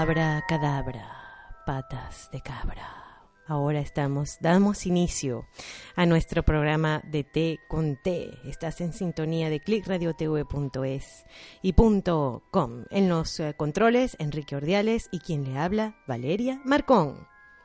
Abra cadabra, patas de cabra. Ahora damos inicio a nuestro programa de Té con Té. Estás en sintonía de clickradiotv.es y .com. En los controles, Enrique Ordiales, y quien le habla, Valeria Marcón.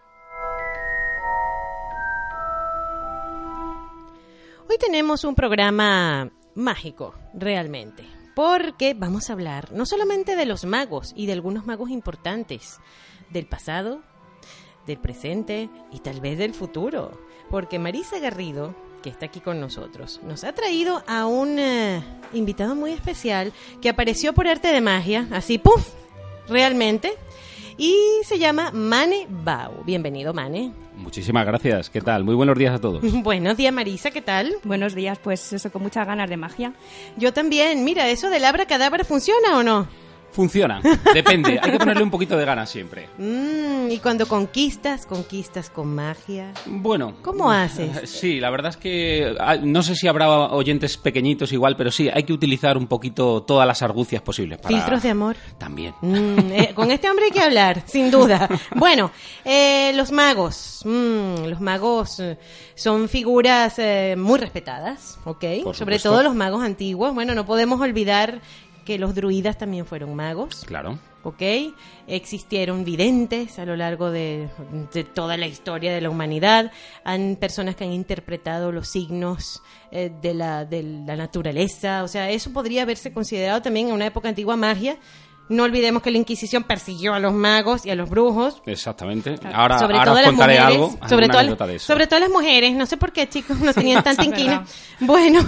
Hoy tenemos un programa mágico, realmente, porque vamos a hablar no solamente de los magos y de algunos magos importantes del pasado, del presente y tal vez del futuro, porque Marisa Garrido, que está aquí con nosotros, nos ha traído a un invitado muy especial que apareció por arte de magia, así, ¡puf!, realmente, y se llama Mane Bau. Bienvenido, Mane. Muchísimas gracias. ¿Qué tal? Muy buenos días a todos. Buenos días, Marisa. ¿Qué tal? Buenos días. Pues eso, con muchas ganas de magia. Yo también. Mira, ¿eso del abracadabra funciona o no? Funciona. Depende. Hay que ponerle un poquito de ganas siempre. Y cuando conquistas con magia. Bueno. ¿Cómo haces? Sí, la verdad es que no sé si habrá oyentes pequeñitos igual, pero sí, hay que utilizar un poquito todas las argucias posibles. ¿Filtros de amor? También. Con este hombre hay que hablar, sin duda. Bueno, los magos. Los magos son figuras muy respetadas, ¿ok? Sobre todo los magos antiguos. Bueno, no podemos olvidar que los druidas también fueron magos. Claro. ¿Ok? Existieron videntes a lo largo de toda la historia de la humanidad. Han personas que han interpretado los signos de la naturaleza. O sea, eso podría haberse considerado también en una época antigua magia. No olvidemos que la Inquisición persiguió a los magos y a los brujos. Exactamente. Claro. Ahora os contaré algo. Sobre todo las mujeres. No sé por qué, chicos, no tenían tanta inquina. Bueno,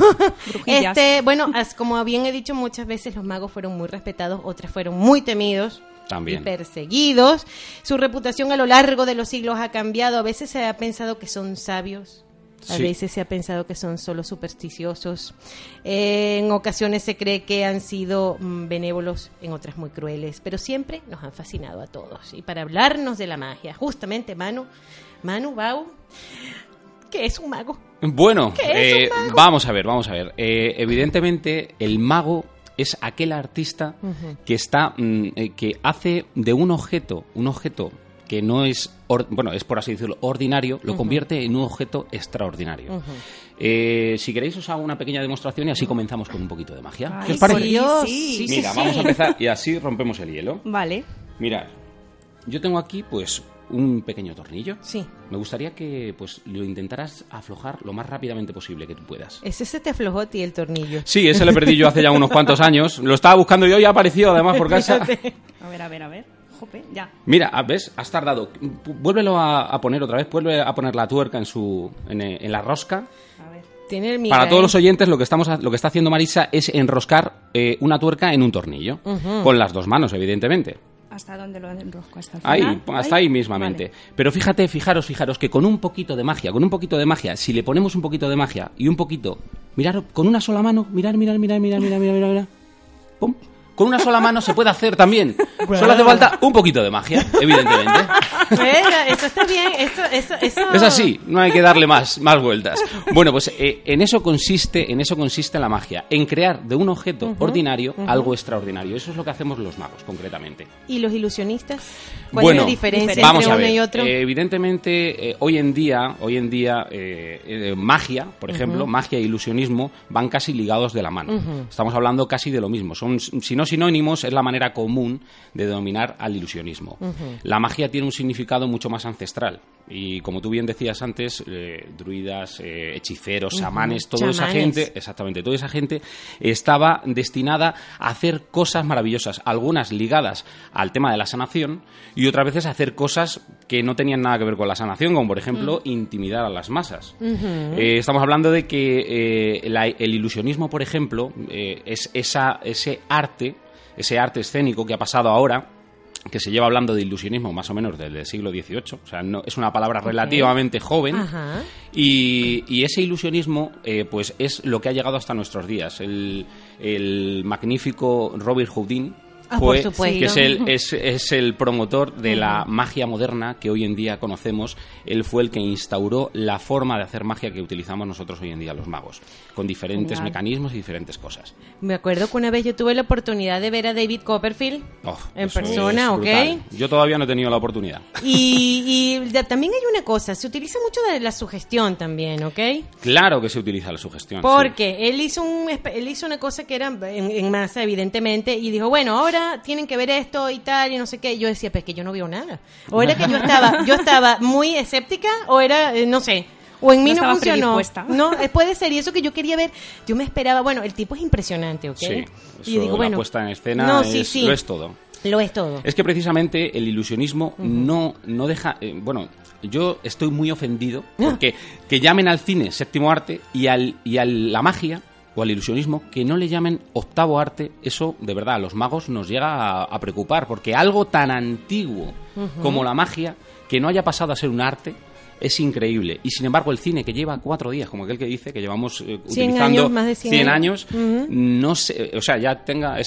como bien he dicho muchas veces, los magos fueron muy respetados, otras fueron muy temidos. También. Y perseguidos. Su reputación a lo largo de los siglos ha cambiado. A veces se ha pensado que son sabios. A veces se ha pensado que son solo supersticiosos. En ocasiones se cree que han sido benévolos, en otras muy crueles. Pero siempre nos han fascinado a todos. Y para hablarnos de la magia, justamente Manu Bau, ¿qué es un mago? Bueno, vamos a ver. Evidentemente, el mago es aquel artista que hace de un objeto que no es, es por así decirlo, ordinario, lo convierte en un objeto extraordinario. Si queréis os hago una pequeña demostración y así comenzamos con un poquito de magia. ¿Qué os parece? Sí. Mira, vamos a empezar y así rompemos el hielo. Vale. Mirad, yo tengo aquí pues un pequeño tornillo. Sí. Me gustaría que pues lo intentaras aflojar lo más rápidamente posible que tú puedas. ¿Ese se te aflojó a ti el tornillo? Sí, ese lo perdí yo hace ya unos cuantos años. Lo estaba buscando yo y ha aparecido además por casa. A ver. Jope, ya. Mira, ¿ves? Has tardado. Vuélvelo a poner otra vez. Vuelve a poner la tuerca en la rosca. A ver. Tiene el Para todos los oyentes, lo que está haciendo Marisa es enroscar una tuerca en un tornillo. Con las dos manos, evidentemente. ¿Hasta dónde lo enrosco? ¿Hasta el final? Hasta ahí mismamente. Vale. Pero fijaros que con un poquito de magia, si le ponemos un poquito de magia y un poquito... Mirad, con una sola mano, mirad. ¡Pum! Con una sola mano se puede hacer también. Bueno. Solo hace falta un poquito de magia, evidentemente. Eso está bien. Eso... Es así, no hay que darle más vueltas. Bueno, pues en eso consiste la magia, en crear de un objeto ordinario algo extraordinario. Eso es lo que hacemos los magos, concretamente. ¿Y los ilusionistas? ¿Cuál es la diferencia entre uno y otro? Evidentemente, hoy en día, magia, por ejemplo, magia e ilusionismo van casi ligados de la mano. Estamos hablando casi de lo mismo. Son, si no sinónimos, es la manera común de denominar al ilusionismo. La magia tiene un significado mucho más ancestral y, como tú bien decías antes, druidas, hechiceros, chamanes, toda esa gente estaba destinada a hacer cosas maravillosas, algunas ligadas al tema de la sanación y otras veces a hacer cosas que no tenían nada que ver con la sanación, como por ejemplo intimidar a las masas. Estamos hablando de que el ilusionismo, por ejemplo, es ese arte escénico que ha pasado ahora, que se lleva hablando de ilusionismo más o menos desde el siglo XVIII, o sea, no, es una palabra relativamente joven, y ese ilusionismo pues es lo que ha llegado hasta nuestros días. El magnífico Robert Houdin, por supuesto. que es el promotor de la magia moderna que hoy en día conocemos. Él fue el que instauró la forma de hacer magia que utilizamos nosotros hoy en día los magos, con diferentes mecanismos y diferentes cosas. Me acuerdo que una vez yo tuve la oportunidad de ver a David Copperfield en persona, ¿ok? Yo todavía no he tenido la oportunidad. Y también hay una cosa, se utiliza mucho de la sugestión también, ¿ok? Claro que se utiliza la sugestión. Porque él hizo una cosa que era en masa, evidentemente, y dijo, bueno, ahora tienen que ver esto y tal, y no sé qué. Y yo decía, pues que yo no veo nada. O era que yo estaba muy escéptica, o era, no sé, o en mí no funcionó. No, puede ser, y eso que yo quería ver, yo me esperaba, bueno, el tipo es impresionante, ¿ok? Sí, y yo digo, bueno, la puesta en escena lo es todo. Lo es todo. Es que precisamente el ilusionismo no deja... yo estoy muy ofendido porque que llamen al cine séptimo arte y a la magia o al ilusionismo que no le llamen octavo arte. Eso, de verdad, a los magos nos llega a preocupar, porque algo tan antiguo como la magia, que no haya pasado a ser un arte, es increíble. Y sin embargo el cine, que lleva 4 días, como aquel que dice, que llevamos utilizando más de 100 años, no sé, o sea, ya tenga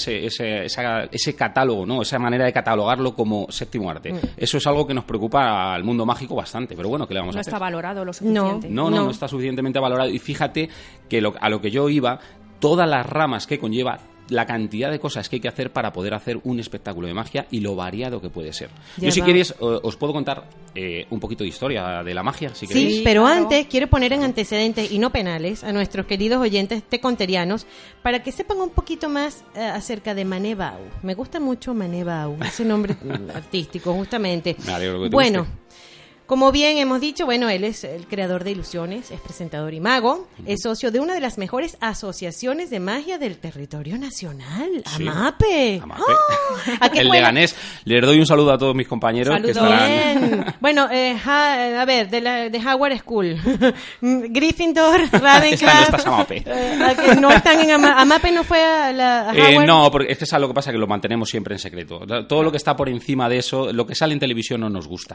ese catálogo, ¿no? Esa manera de catalogarlo como séptimo arte. Eso es algo que nos preocupa al mundo mágico bastante, pero bueno, ¿qué le vamos a hacer? No está valorado lo suficiente. No está suficientemente valorado. Y fíjate que a lo que yo iba, todas las ramas que conlleva, la cantidad de cosas que hay que hacer para poder hacer un espectáculo de magia y lo variado que puede ser. Yo, si queréis, os puedo contar un poquito de historia de la magia, si queréis. Sí, pero antes quiero poner en antecedentes y no penales a nuestros queridos oyentes teconterianos para que sepan un poquito más acerca de Mané Bau. Me gusta mucho Mané Bau, ese nombre artístico, justamente. Me alegro que te guste. Como bien hemos dicho, bueno, él es el creador de ilusiones, es presentador y mago, es socio de una de las mejores asociaciones de magia del territorio nacional, sí. AMAPE. ¡Oh! El Leganés. Les doy un saludo a todos mis compañeros que estarán... Bien. Bueno, a ver, de Howard School, Gryffindor, Ravenclaw... no estás AMAPE. No están en AMAPE, ¿no fue a Howard? No, porque es que es lo que pasa, que lo mantenemos siempre en secreto. Todo lo que está por encima de eso, lo que sale en televisión no nos gusta.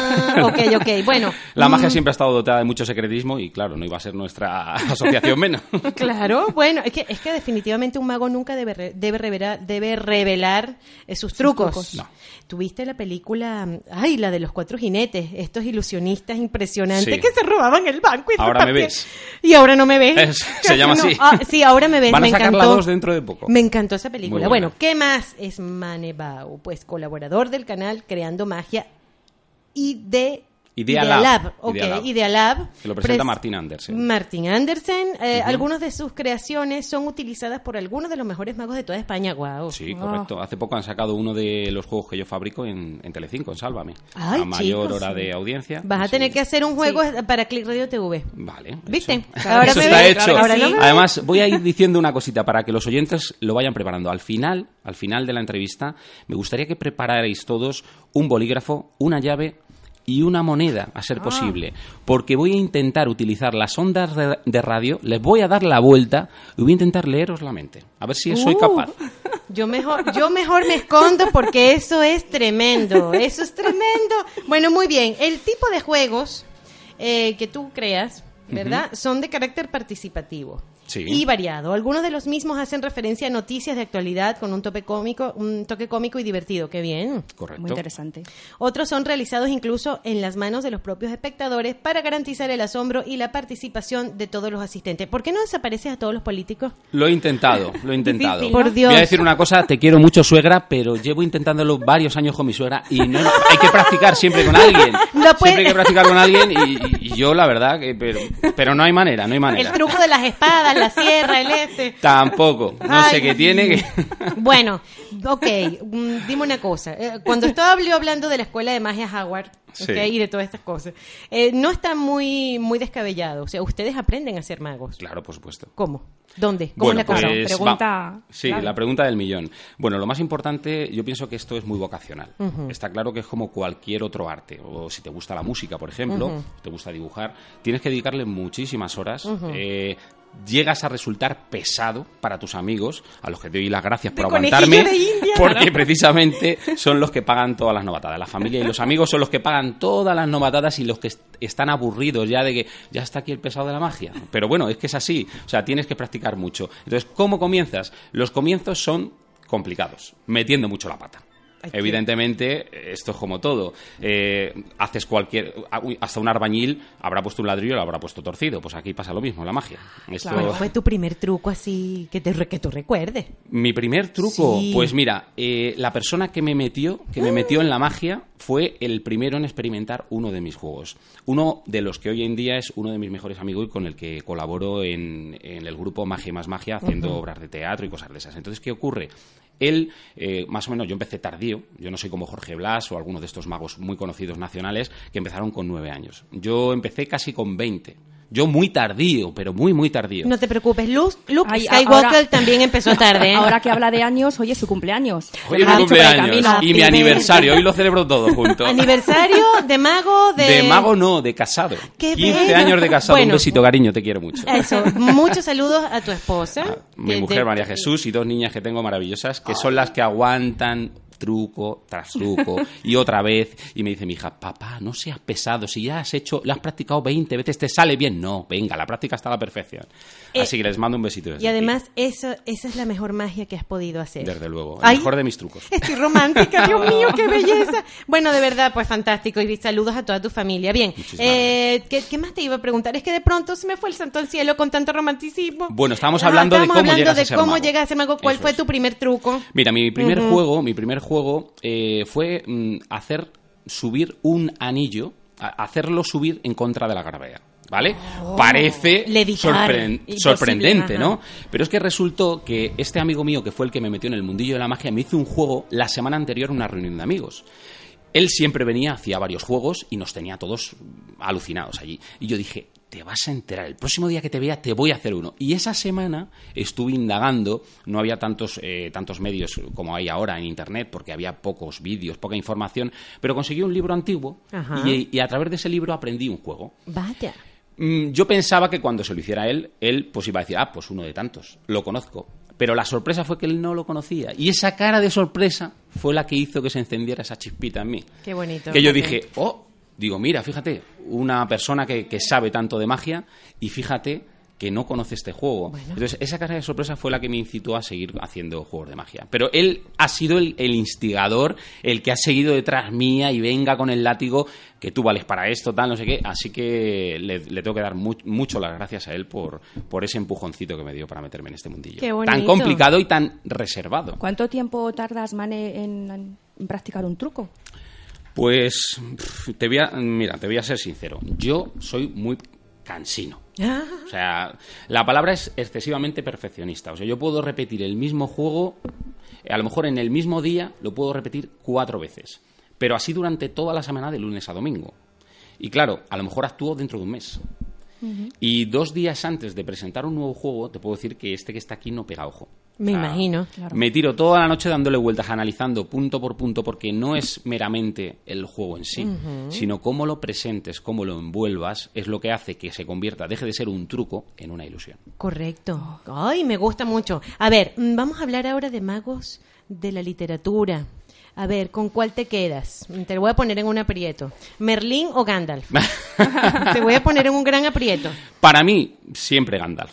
Ok, bueno. La magia siempre ha estado dotada de mucho secretismo y, claro, no iba a ser nuestra asociación menos. Claro, bueno, es que definitivamente un mago nunca debe revelar sus trucos. No. ¿Tuviste la película, la de los 4 jinetes? Estos ilusionistas impresionantes sí. que se robaban el banco. Ahora me ves. Y ahora no me ves. Se llama así. Sí, ahora me ves. Van a me sacar encantó. la 2 dentro de poco. Me encantó esa película. Bueno, ¿qué más es Mané Bau? Pues colaborador del canal Creando Magia Idealab. Idealab. Que lo presenta Martin Andersen. Martin Andersen. Algunas de sus creaciones son utilizadas por algunos de los mejores magos de toda España. Wow. Sí, correcto. Hace poco han sacado uno de los juegos que yo fabrico en Telecinco, en Sálvame. Ay, a mayor chicos, hora de audiencia. Vas a tener que hacer un juego para Click Radio TV. Vale. ¿Viste? Ahora eso está hecho. Ahora no me Además, voy a ir diciendo una cosita para que los oyentes lo vayan preparando. Al final de la entrevista, me gustaría que prepararais todos un bolígrafo, una llave y una moneda, a ser posible, porque voy a intentar utilizar las ondas de radio, les voy a dar la vuelta y voy a intentar leeros la mente, a ver si soy capaz. Yo mejor me escondo porque eso es tremendo, Bueno, muy bien, el tipo de juegos que tú creas, ¿verdad? Son de carácter participativo. Sí. Y variado. Algunos de los mismos hacen referencia a noticias de actualidad con un toque cómico y divertido. ¡Qué bien! Correcto. Muy interesante. Otros son realizados incluso en las manos de los propios espectadores para garantizar el asombro y la participación de todos los asistentes. ¿Por qué no desapareces a todos los políticos? Lo he intentado. Difícil, por Dios. Voy a decir una cosa, te quiero mucho, suegra, pero llevo intentándolo varios años con mi suegra y no hay que practicar siempre con alguien. Siempre hay que practicar con alguien y yo, la verdad, pero no hay manera. El truco de las espadas, la sierra, Tampoco. No sé qué tiene. Bueno, ok. Dime una cosa. Cuando estaba hablando de la escuela de magia Howard, okay, y de todas estas cosas, no está muy descabellado. O sea, ustedes aprenden a ser magos. Claro, por supuesto. ¿Cómo? ¿Dónde? ¿Cómo es la cosa? Pregunta. Sí, claro. La pregunta del millón. Bueno, lo más importante, yo pienso que esto es muy vocacional. Está claro que es como cualquier otro arte. O si te gusta la música, por ejemplo, te gusta dibujar, tienes que dedicarle muchísimas horas. Llegas a resultar pesado para tus amigos, a los que te doy las gracias por aguantarme, porque precisamente son los que pagan todas las novatadas. La familia y los amigos son los que pagan todas las novatadas y los que están aburridos ya de que ya está aquí el pesado de la magia. Pero bueno, es que es así, o sea, tienes que practicar mucho. Entonces, ¿cómo comienzas? Los comienzos son complicados, metiendo mucho la pata. Evidentemente, esto es como todo. Haces hasta un albañil habrá puesto un ladrillo y lo habrá puesto torcido. Pues aquí pasa lo mismo, la magia. Esto... ¿Cuál fue tu primer truco así que tú recuerdes? Mi primer truco, Sí. pues mira, la persona que me metió en la magia fue el primero en experimentar uno de mis juegos. Uno de los que hoy en día es uno de mis mejores amigos y con el que colaboro en el grupo Magia y Más Magia, haciendo obras de teatro y cosas de esas. Entonces, ¿qué ocurre? Él, más o menos, yo empecé tardío. Yo no soy como Jorge Blas o alguno de estos magos muy conocidos nacionales que empezaron con 9 años. Yo empecé casi con 20. Yo muy tardío, pero muy, muy tardío. No te preocupes, Luke Ay, Skywalker ahora- también empezó tarde. ¿eh? Ahora que habla de años, hoy es su cumpleaños. Hoy es Me mi lo han dicho por el cumpleaños camino. y mi aniversario. Hoy lo celebro todo junto. Aniversario de mago De mago no, de casado. ¡Qué 15 bello! años de casado. Bueno. Un besito, cariño, te quiero mucho. Eso, muchos saludos a tu esposa. Mi mujer, María Jesús, y 2 niñas que tengo maravillosas, que son las que aguantan truco tras truco y otra vez, y me dice mi hija, papá, no seas pesado, si ya lo has practicado 20 veces, ¿te sale bien? No, venga, la práctica está a la perfección. Así que les mando un besito desde Y además, aquí. esa es la mejor magia que has podido hacer. Desde luego, el Ay, mejor de mis trucos. Estoy romántica, Dios mío, qué belleza. Bueno, de verdad, pues fantástico. Y saludos a toda tu familia. Bien, ¿qué más te iba a preguntar? Es que de pronto se me fue el santo al cielo con tanto romanticismo. Bueno, estábamos hablando de cómo llegas a ser cómo mago. llegas a ser mago. ¿Cuál Eso fue es. tu primer truco? Mira, mi primer juego fue hacer subir un anillo, hacerlo subir en contra de la gravedad. ¿Vale? Parece levitar. sorprendente, Imposible, ¿no? Pero es que resultó que este amigo mío, que fue el que me metió en el mundillo de la magia, me hizo un juego la semana anterior en una reunión de amigos. Él siempre venía, hacía varios juegos y nos tenía todos alucinados allí. Y yo dije, te vas a enterar, el próximo día que te vea te voy a hacer uno. Y esa semana estuve indagando, no había tantos medios como hay ahora en Internet, porque había pocos vídeos, poca información, pero conseguí un libro antiguo y a través de ese libro aprendí un juego. Vaya. Yo pensaba que cuando se lo hiciera él pues iba a decir, pues uno de tantos, lo conozco. Pero la sorpresa fue que él no lo conocía. Y esa cara de sorpresa fue la que hizo que se encendiera esa chispita en mí. Qué bonito. Que yo dije, digo, mira, fíjate, una persona que sabe tanto de magia y fíjate que no conoce este juego. Bueno. Entonces, esa cara de sorpresa fue la que me incitó a seguir haciendo juegos de magia. Pero él ha sido el instigador, el que ha seguido detrás mía y venga con el látigo, que tú vales para esto, tal, no sé qué. Así que le tengo que dar mucho las gracias a él por ese empujoncito que me dio para meterme en este mundillo. Qué bonito. Tan complicado y tan reservado. ¿Cuánto tiempo tardas, Mane, en practicar un truco? Pues te voy a ser sincero. Yo soy muy cansino. O sea, la palabra es excesivamente perfeccionista. O sea, yo puedo repetir el mismo juego, a lo mejor en el mismo día lo puedo repetir 4 veces, pero así durante toda la semana de lunes a domingo. Y claro, a lo mejor actúo dentro de un mes. Y 2 días antes de presentar un nuevo juego, te puedo decir que este que está aquí no pega ojo. Me imagino. Claro. Me tiro toda la noche dándole vueltas, analizando punto por punto, porque no es meramente el juego en sí, sino cómo lo presentes, cómo lo envuelvas, es lo que hace que se convierta, deje de ser un truco, en una ilusión. Correcto. Ay, me gusta mucho. A ver, vamos a hablar ahora de magos de la literatura. A ver, ¿con cuál te quedas? Te lo voy a poner en un aprieto. ¿Merlín o Gandalf? Te voy a poner en un gran aprieto. Para mí, siempre Gandalf.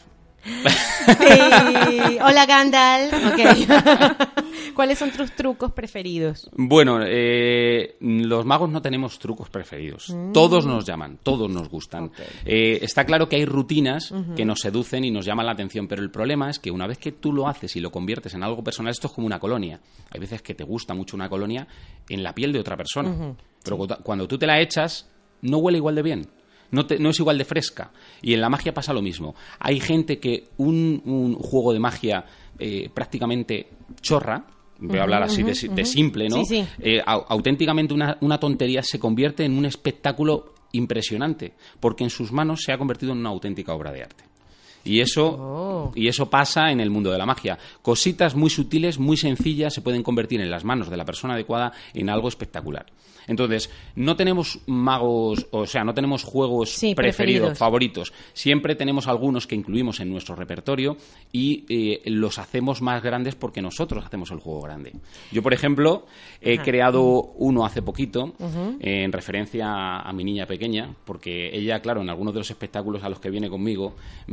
Sí. Hola, Gandalf. Ok. ¿Cuáles son tus trucos preferidos? Bueno, los magos no tenemos trucos preferidos. Todos nos llaman, todos nos gustan. Está claro que hay rutinas que nos seducen y nos llaman la atención, pero el problema es que una vez que tú lo haces y lo conviertes en algo personal, esto es como una colonia. Hay veces que te gusta mucho una colonia en la piel de otra persona, pero cuando tú te la echas, no huele igual de bien. No es igual de fresca. Y en la magia pasa lo mismo. Hay gente que un juego de magia prácticamente chorra, voy a hablar así de simple, ¿no? Sí, sí. Auténticamente una tontería se convierte en un espectáculo impresionante, porque en sus manos se ha convertido en una auténtica obra de arte. Y eso pasa en el mundo de la magia. Cositas muy sutiles, muy sencillas, se pueden convertir en las manos de la persona adecuada en algo espectacular. Entonces, no tenemos magos, o sea, no tenemos juegos preferidos, favoritos. Siempre tenemos algunos que incluimos en nuestro repertorio y los hacemos más grandes porque nosotros hacemos el juego grande. Yo, por ejemplo, he creado uno hace poquito en referencia a mi niña pequeña, porque ella, claro, en algunos de los espectáculos a los que viene conmigo, ve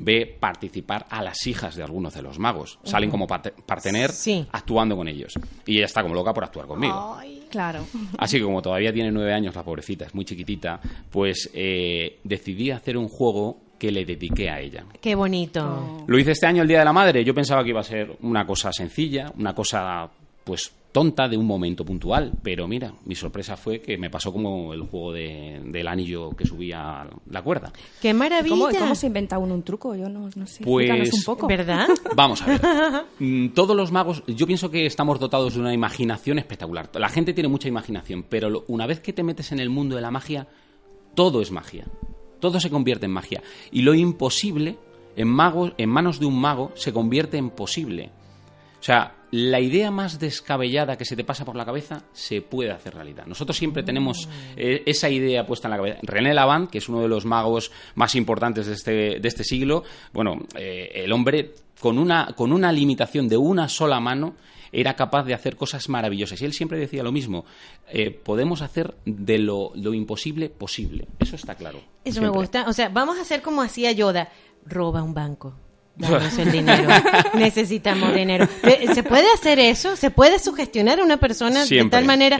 participar a las hijas de algunos de los magos. Salen como partener Sí. actuando con ellos. Y ella está como loca por actuar conmigo. Ay. Claro. Así que como todavía tiene 9 años, la pobrecita, es muy chiquitita, pues decidí hacer un juego que le dediqué a ella. Qué bonito. Oh. Lo hice este año, el Día de la Madre. Yo pensaba que iba a ser una cosa sencilla, una cosa, pues, tonta de un momento puntual. Pero mira, mi sorpresa fue que me pasó como el juego del anillo que subía la cuerda. Qué maravilla. ¿Cómo se inventa uno un truco? Yo no sé. Pues- Explícanos un poco. ¿Verdad? Vamos a ver. Todos los magos, yo pienso que estamos dotados de una imaginación espectacular. La gente tiene mucha imaginación, pero una vez que te metes en el mundo de la magia, todo es magia. Todo se convierte en magia. Y lo imposible, en manos de un mago, se convierte en posible. O sea, la idea más descabellada que se te pasa por la cabeza se puede hacer realidad. Nosotros siempre tenemos esa idea puesta en la cabeza. René Lavant, que es uno de los magos más importantes de este siglo, bueno, el hombre con una limitación de una sola mano era capaz de hacer cosas maravillosas. Y él siempre decía lo mismo, podemos hacer de lo imposible posible. Eso está claro. Eso siempre. me gusta. O sea, vamos a hacer como hacía Yoda. Roba un banco. Danos el dinero. Necesitamos dinero. ¿Se puede hacer eso? ¿Se puede sugestionar a una persona Siempre. de tal manera?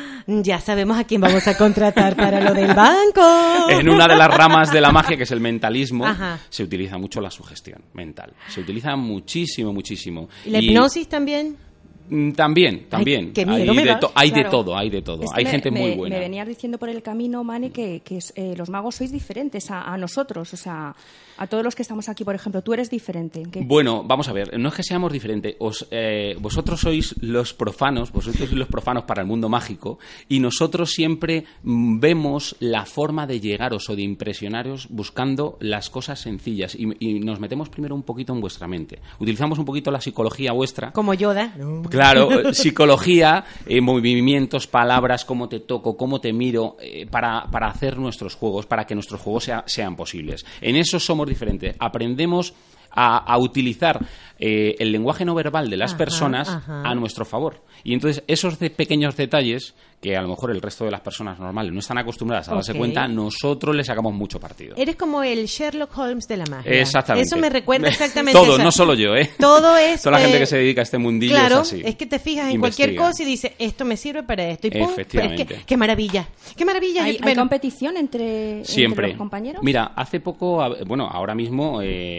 Ya sabemos a quién vamos a contratar para lo del banco. En una de las ramas de la magia, que es el mentalismo, Ajá. se utiliza mucho la sugestión mental. Se utiliza muchísimo, muchísimo. ¿Y la hipnosis también? También. Ay, qué miedo hay me de, das. hay de Claro. todo, hay de todo. Es que Hay gente muy buena. Me venías diciendo por el camino, Mane, que los magos sois diferentes a nosotros, o sea, a todos los que estamos aquí, por ejemplo. Tú eres diferente. Bueno, vamos a ver, no es que seamos diferentes. Vosotros sois los profanos para el mundo mágico, y nosotros siempre vemos la forma de llegaros o de impresionaros buscando las cosas sencillas, y nos metemos primero un poquito en vuestra mente. Utilizamos un poquito la psicología vuestra. Como Yoda. Claro, psicología, movimientos, palabras, cómo te toco, cómo te miro, para hacer nuestros juegos, para que nuestros juegos sean posibles. En eso somos diferentes. Aprendemos a utilizar el lenguaje no verbal de las personas a nuestro favor. Y entonces esos pequeños detalles, que a lo mejor el resto de las personas normales no están acostumbradas a darse cuenta, nosotros les sacamos mucho partido. Eres como el Sherlock Holmes de la magia. Exactamente. Eso me recuerda exactamente Todo, esa- no solo yo, ¿eh? Todo es... Toda la gente que se dedica a este mundillo claro, es así. es que te fijas en cualquier Investiga. cosa y dices, esto me sirve para esto. Y ¡pum! Efectivamente. Pero es que, ¡qué maravilla! ¡Qué maravilla! ¿Hay Bueno, competición entre Siempre. los compañeros? Mira, hace poco, bueno, ahora mismo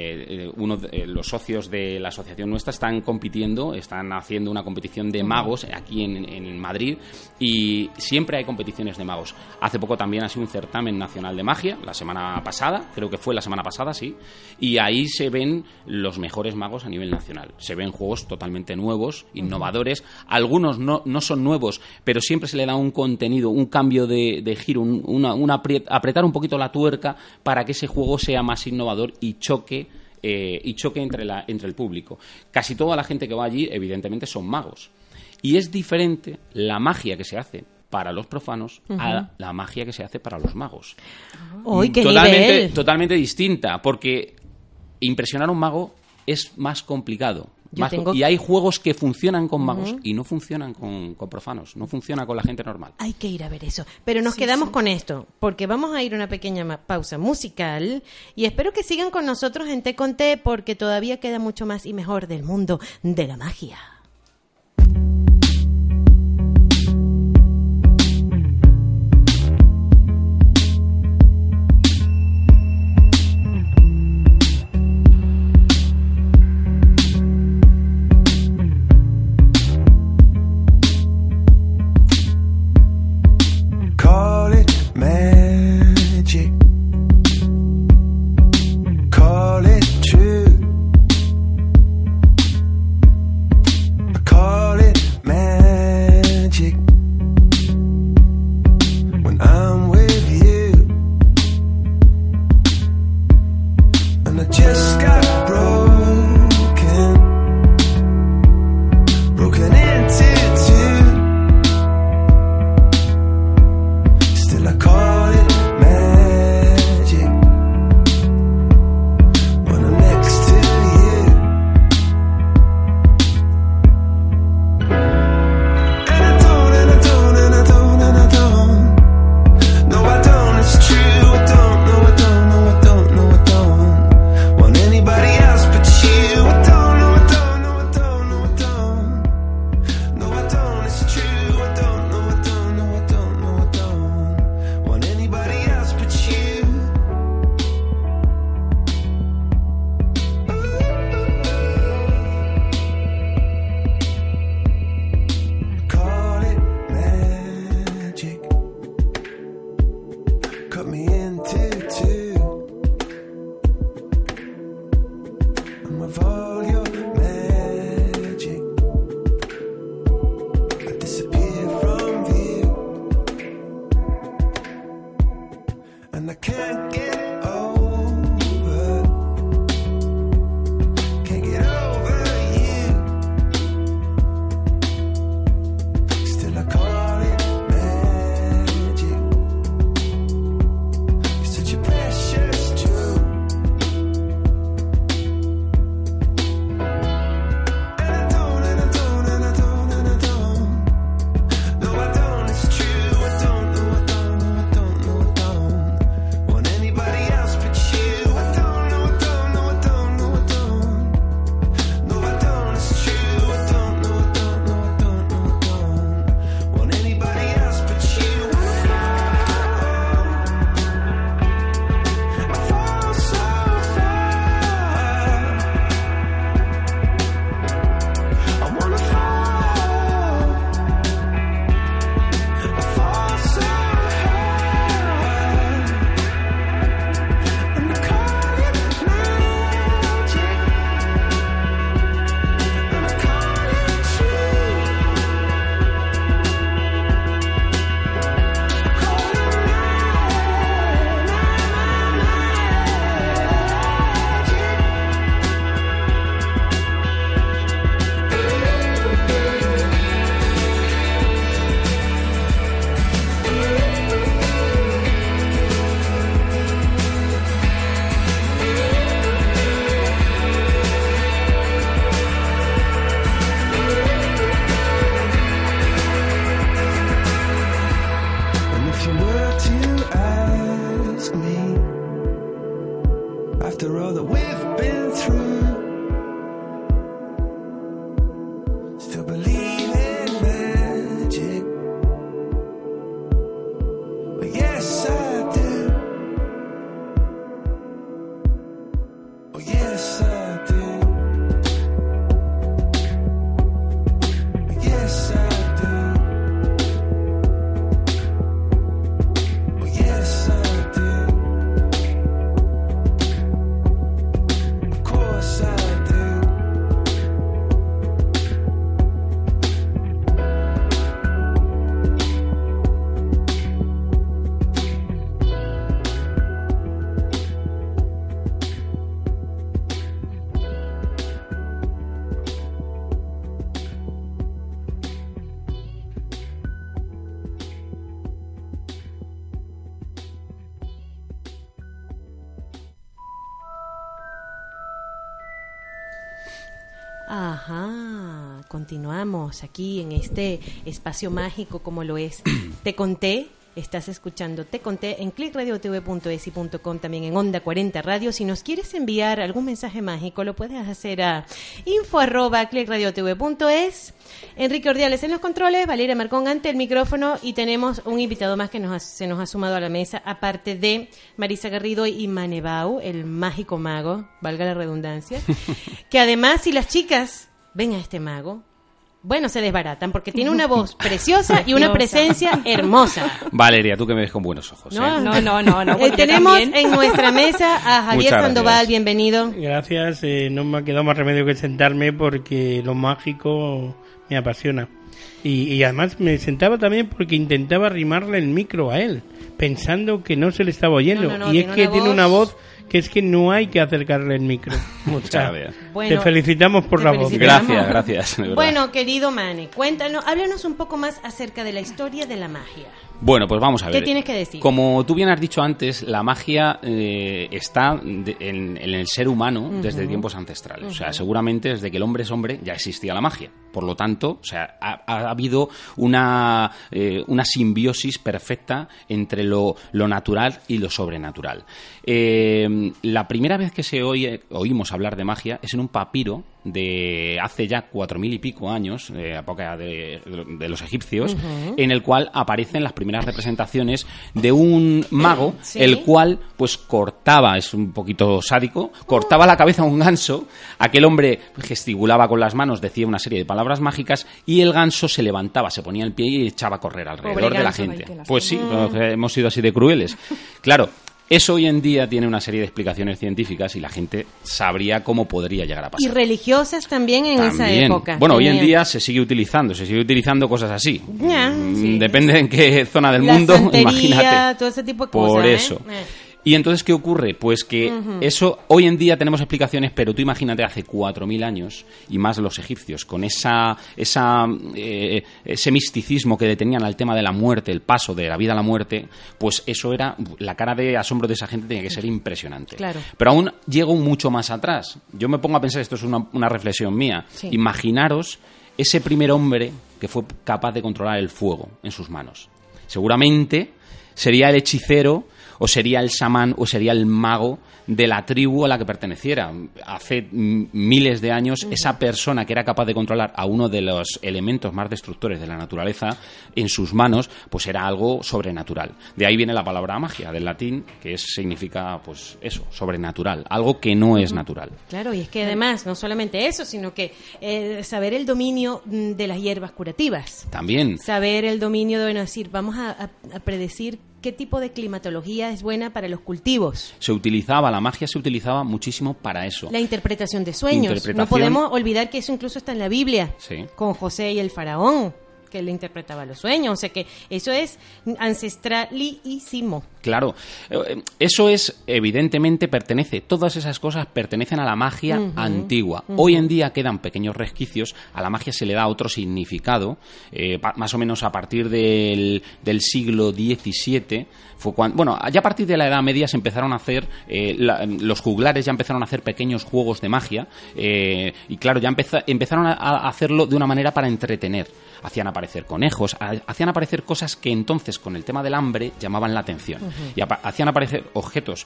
los socios de la asociación nuestra están compitiendo, están haciendo una competición de magos aquí en Madrid, y siempre hay competiciones de magos. Hace poco también ha sido un certamen nacional de magia, la semana pasada, creo que fue la semana pasada, sí, y ahí se ven los mejores magos a nivel nacional. Se ven juegos totalmente nuevos, innovadores. Algunos no son nuevos, pero siempre se le da un contenido, un cambio de giro, apretar un poquito la tuerca para que ese juego sea más innovador y choque entre el público. Casi toda la gente que va allí, evidentemente, son magos. Y es diferente la magia que se hace para los profanos a la magia que se hace para los magos. ¡Uy, qué nivel! Totalmente distinta, porque impresionar a un mago es más complicado. Y hay juegos que funcionan con magos y no funcionan con profanos, no funciona con la gente normal. Hay que ir a ver eso. Pero nos quedamos con esto, porque vamos a ir a una pequeña pausa musical y espero que sigan con nosotros en Té con Té, porque todavía queda mucho más y mejor del mundo de la magia. Call it magic. Call it true. And with all your magic, I disappear from view. And I can't get over, can't get over you. Still I call it magic. You're such a precious truth. And I don't, and I don't, and I don't, and I don't. No, I don't, it's true. I don't, no, I don't, no, I don't, no, I don't want anybody else but you. I don't, no, I don't, no, I don't, no, I don't. No, I don't, it's true. I don't, no, I don't, no, I don't, no, I don't want anybody else but you. I fall so far. I wanna fall. I fall so hard. And I call it magic. And I call it true. I call it And if you were to ask me, after all that we've been through, still believe in magic? Well, yes, I do. Oh, yes, I do. Oh, yes, I do. Oh, yes, I do. Of course I do. Ajá, continuamos aquí en este espacio mágico como lo es Te Conté. Estás escuchando Te Conté en clickradiotv.es y .com, también en Onda 40 Radio. Si nos quieres enviar algún mensaje mágico, lo puedes hacer a info@clickradiotv.es. Enrique Ordiales en los controles, Valeria Marcón ante el micrófono, y tenemos un invitado más que se nos ha sumado a la mesa, aparte de Marisa Garrido y Manebau, el mágico mago, valga la redundancia, que además, si las chicas ven a este mago, bueno, se desbaratan porque tiene una voz preciosa y una presencia hermosa. Valeria, tú que me ves con buenos ojos. No. Tenemos en nuestra mesa a Javier Muchas Sandoval, gracias. bienvenido. Gracias, no me ha quedado más remedio que sentarme porque lo mágico me apasiona. Y además me sentaba también porque intentaba arrimarle el micro a él, pensando que no se le estaba oyendo. No, y es que tiene una voz que es que no hay que acercarle el micro. O sea, Bueno, te felicitamos por te la voz. felicitamos. Gracias. de verdad. Bueno, querido Mane, cuéntanos, háblanos un poco más acerca de la historia de la magia. Bueno, pues vamos a ver. ¿Qué tienes que decir? Como tú bien has dicho antes, la magia está en el ser humano desde tiempos ancestrales. O sea, seguramente desde que el hombre es hombre ya existía la magia. Por lo tanto, o sea, ha habido una simbiosis perfecta entre lo natural y lo sobrenatural. La primera vez que oímos hablar de magia es en un papiro de hace ya 4.000 y pico años, época de los egipcios, en el cual aparecen las primeras representaciones de un mago, ¿sí? el cual pues cortaba, es un poquito sádico, cortaba la cabeza a un ganso, aquel hombre gesticulaba con las manos, decía una serie de palabras mágicas y el ganso se levantaba, se ponía el pie y echaba a correr alrededor de la gente. Pues sí, hemos sido así de crueles. Claro. Eso hoy en día tiene una serie de explicaciones científicas y la gente sabría cómo podría llegar a pasar. Y religiosas también en esa También. época. Bueno, hoy en Tenían día se sigue utilizando cosas así. Ya, sí. Depende en qué zona del la mundo, santería, imagínate. todo ese tipo de cosas. Por eso. Y entonces, ¿qué ocurre? Pues que eso, hoy en día tenemos explicaciones, pero tú imagínate hace 4.000 años, y más los egipcios, con ese misticismo que detenían al tema de la muerte, el paso de la vida a la muerte, pues eso era, la cara de asombro de esa gente tenía que ser impresionante. Claro. Pero aún llego mucho más atrás. Yo me pongo a pensar, esto es una reflexión mía, Sí. imaginaros ese primer hombre que fue capaz de controlar el fuego en sus manos. Seguramente sería el hechicero, o sería el chamán, o sería el mago de la tribu a la que perteneciera. Hace miles de años, esa persona que era capaz de controlar a uno de los elementos más destructores de la naturaleza en sus manos, pues era algo sobrenatural. De ahí viene la palabra magia, del latín, que significa, pues eso, sobrenatural, algo que no es natural. Claro, y es que además, no solamente eso, sino que saber el dominio de las hierbas curativas. También. Saber el dominio de, bueno, decir, vamos a predecir qué tipo de climatología es buena para los cultivos. La magia se utilizaba muchísimo para eso. La interpretación de sueños. Interpretación. No podemos olvidar que eso incluso está en la Biblia. Sí. Con José y el faraón, que le interpretaba los sueños. O sea que eso es ancestralísimo. Claro, eso es, evidentemente, todas esas cosas pertenecen a la magia antigua. Hoy en día quedan pequeños resquicios, a la magia se le da otro significado, más o menos a partir del siglo XVII, fue cuando, bueno, ya a partir de la Edad Media se empezaron a hacer, los juglares ya empezaron a hacer pequeños juegos de magia, y claro, ya empezaron a hacerlo de una manera para entretener. Hacían aparecer conejos, hacían aparecer cosas que entonces, con el tema del hambre, llamaban la atención. Y hacían aparecer objetos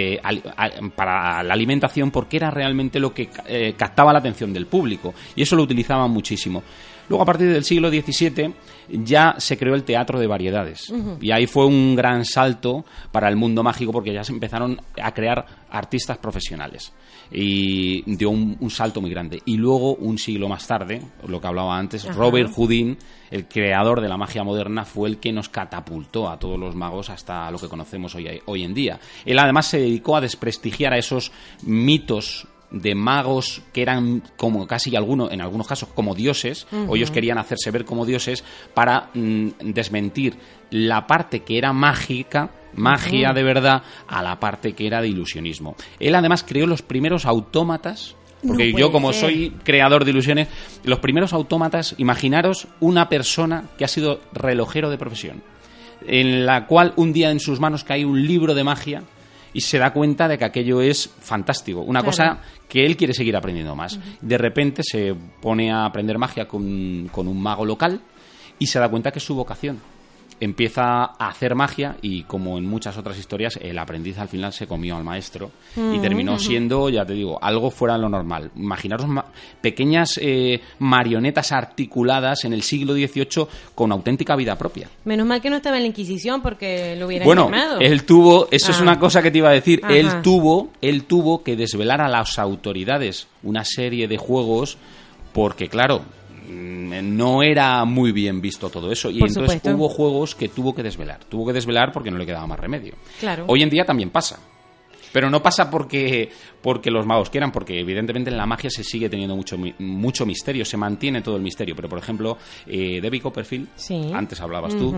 para la alimentación porque era realmente lo que captaba la atención del público. Y eso lo utilizaban muchísimo. Luego, a partir del siglo XVII, ya se creó el teatro de variedades. Y ahí fue un gran salto para el mundo mágico porque ya se empezaron a crear artistas profesionales. Y dio un salto muy grande. Y luego, un siglo más tarde, lo que hablaba antes, Robert Houdin, el creador de la magia moderna, fue el que nos catapultó a todos los magos hasta lo que conocemos hoy en día. Él además se dedicó a desprestigiar a esos mitos de magos que eran como casi en algunos casos como dioses, o ellos querían hacerse ver como dioses para desmentir la parte que era mágica, magia de verdad, a la parte que era de ilusionismo. Él además creó los primeros autómatas, porque yo, como soy creador de ilusiones, los primeros autómatas, imaginaros una persona que ha sido relojero de profesión, en la cual un día en sus manos cae un libro de magia y se da cuenta de que aquello es fantástico, una cosa que él quiere seguir aprendiendo más. De repente se pone a aprender magia con un mago local y se da cuenta que es su vocación. Empieza a hacer magia y, como en muchas otras historias, el aprendiz al final se comió al maestro y terminó siendo, ya te digo, algo fuera de lo normal. Imaginaros pequeñas marionetas articuladas en el siglo XVIII con auténtica vida propia. Menos mal que no estaba en la Inquisición porque lo hubieran Bueno, quemado. él tuvo, eso es una cosa que te iba a decir, Ajá. él tuvo que desvelar a las autoridades una serie de juegos porque, claro, no era muy bien visto todo eso y Por entonces supuesto. hubo juegos que tuvo que desvelar porque no le quedaba más remedio. Claro. Hoy en día también pasa, pero no pasa porque los magos quieran, porque evidentemente en la magia se sigue teniendo mucho misterio, se mantiene todo el misterio, pero por ejemplo David Copperfield, Sí. antes hablabas tú,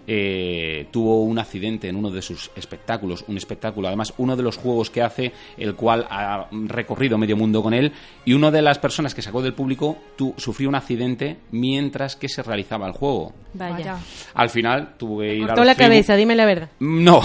tuvo un accidente en uno de sus espectáculos, además uno de los juegos que hace, el cual ha recorrido medio mundo con él, y una de las personas que sacó del público sufrió un accidente mientras que se realizaba el juego. Vaya. Al final tuvo que ir Cortó la cabeza, dime la verdad. No.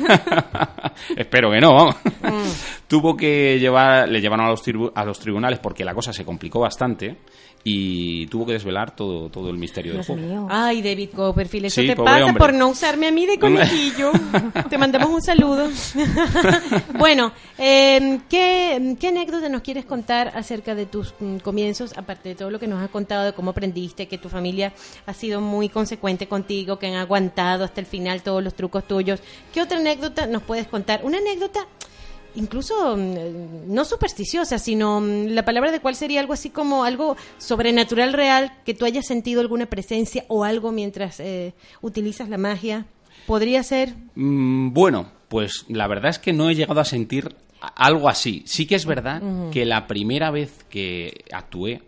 Espero que no, vamos. Tuvo que le llevaron a los tribunales porque la cosa se complicó bastante y tuvo que desvelar todo el misterio del Dios juego. mío. Ay, David Copperfield, eso Sí, te pobre pasa hombre. por no usarme a mí de conejillo. Te mandamos un saludo. Bueno, ¿qué anécdota nos quieres contar acerca de tus comienzos, aparte de todo lo que nos has contado de cómo aprendiste, que tu familia ha sido muy consecuente contigo, que han aguantado hasta el final todos los trucos tuyos? ¿Qué otra anécdota nos puedes contar? Una anécdota incluso no supersticiosa, sino la palabra de cuál sería algo así como algo sobrenatural real, que tú hayas sentido alguna presencia o algo mientras utilizas la magia. ¿Podría ser? Bueno, Pues la verdad es que no he llegado a sentir algo así. Sí que es verdad que la primera vez que actué,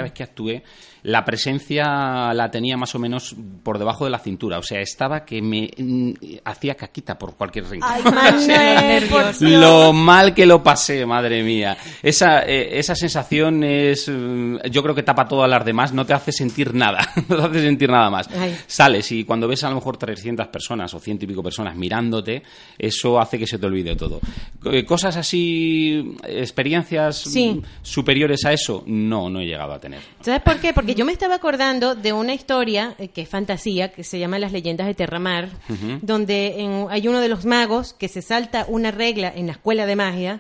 la presencia la tenía más o menos por debajo de la cintura. O sea, estaba que me hacía caquita por cualquier rincón. Ay, Manuel, por Dios. Lo mal que lo pasé, madre mía. Esa sensación es... yo creo que tapa todas las demás, no te hace sentir nada. No te hace sentir nada más. Ay. Sales y cuando ves a lo mejor 300 personas o 100 y pico personas mirándote, eso hace que se te olvide todo. Cosas así, experiencias Sí. superiores a eso, no he llegado a tener. ¿Sabes por qué? Porque yo me estaba acordando de una historia que es fantasía, que se llama Las leyendas de Terramar, donde hay uno de los magos que se salta una regla en la escuela de magia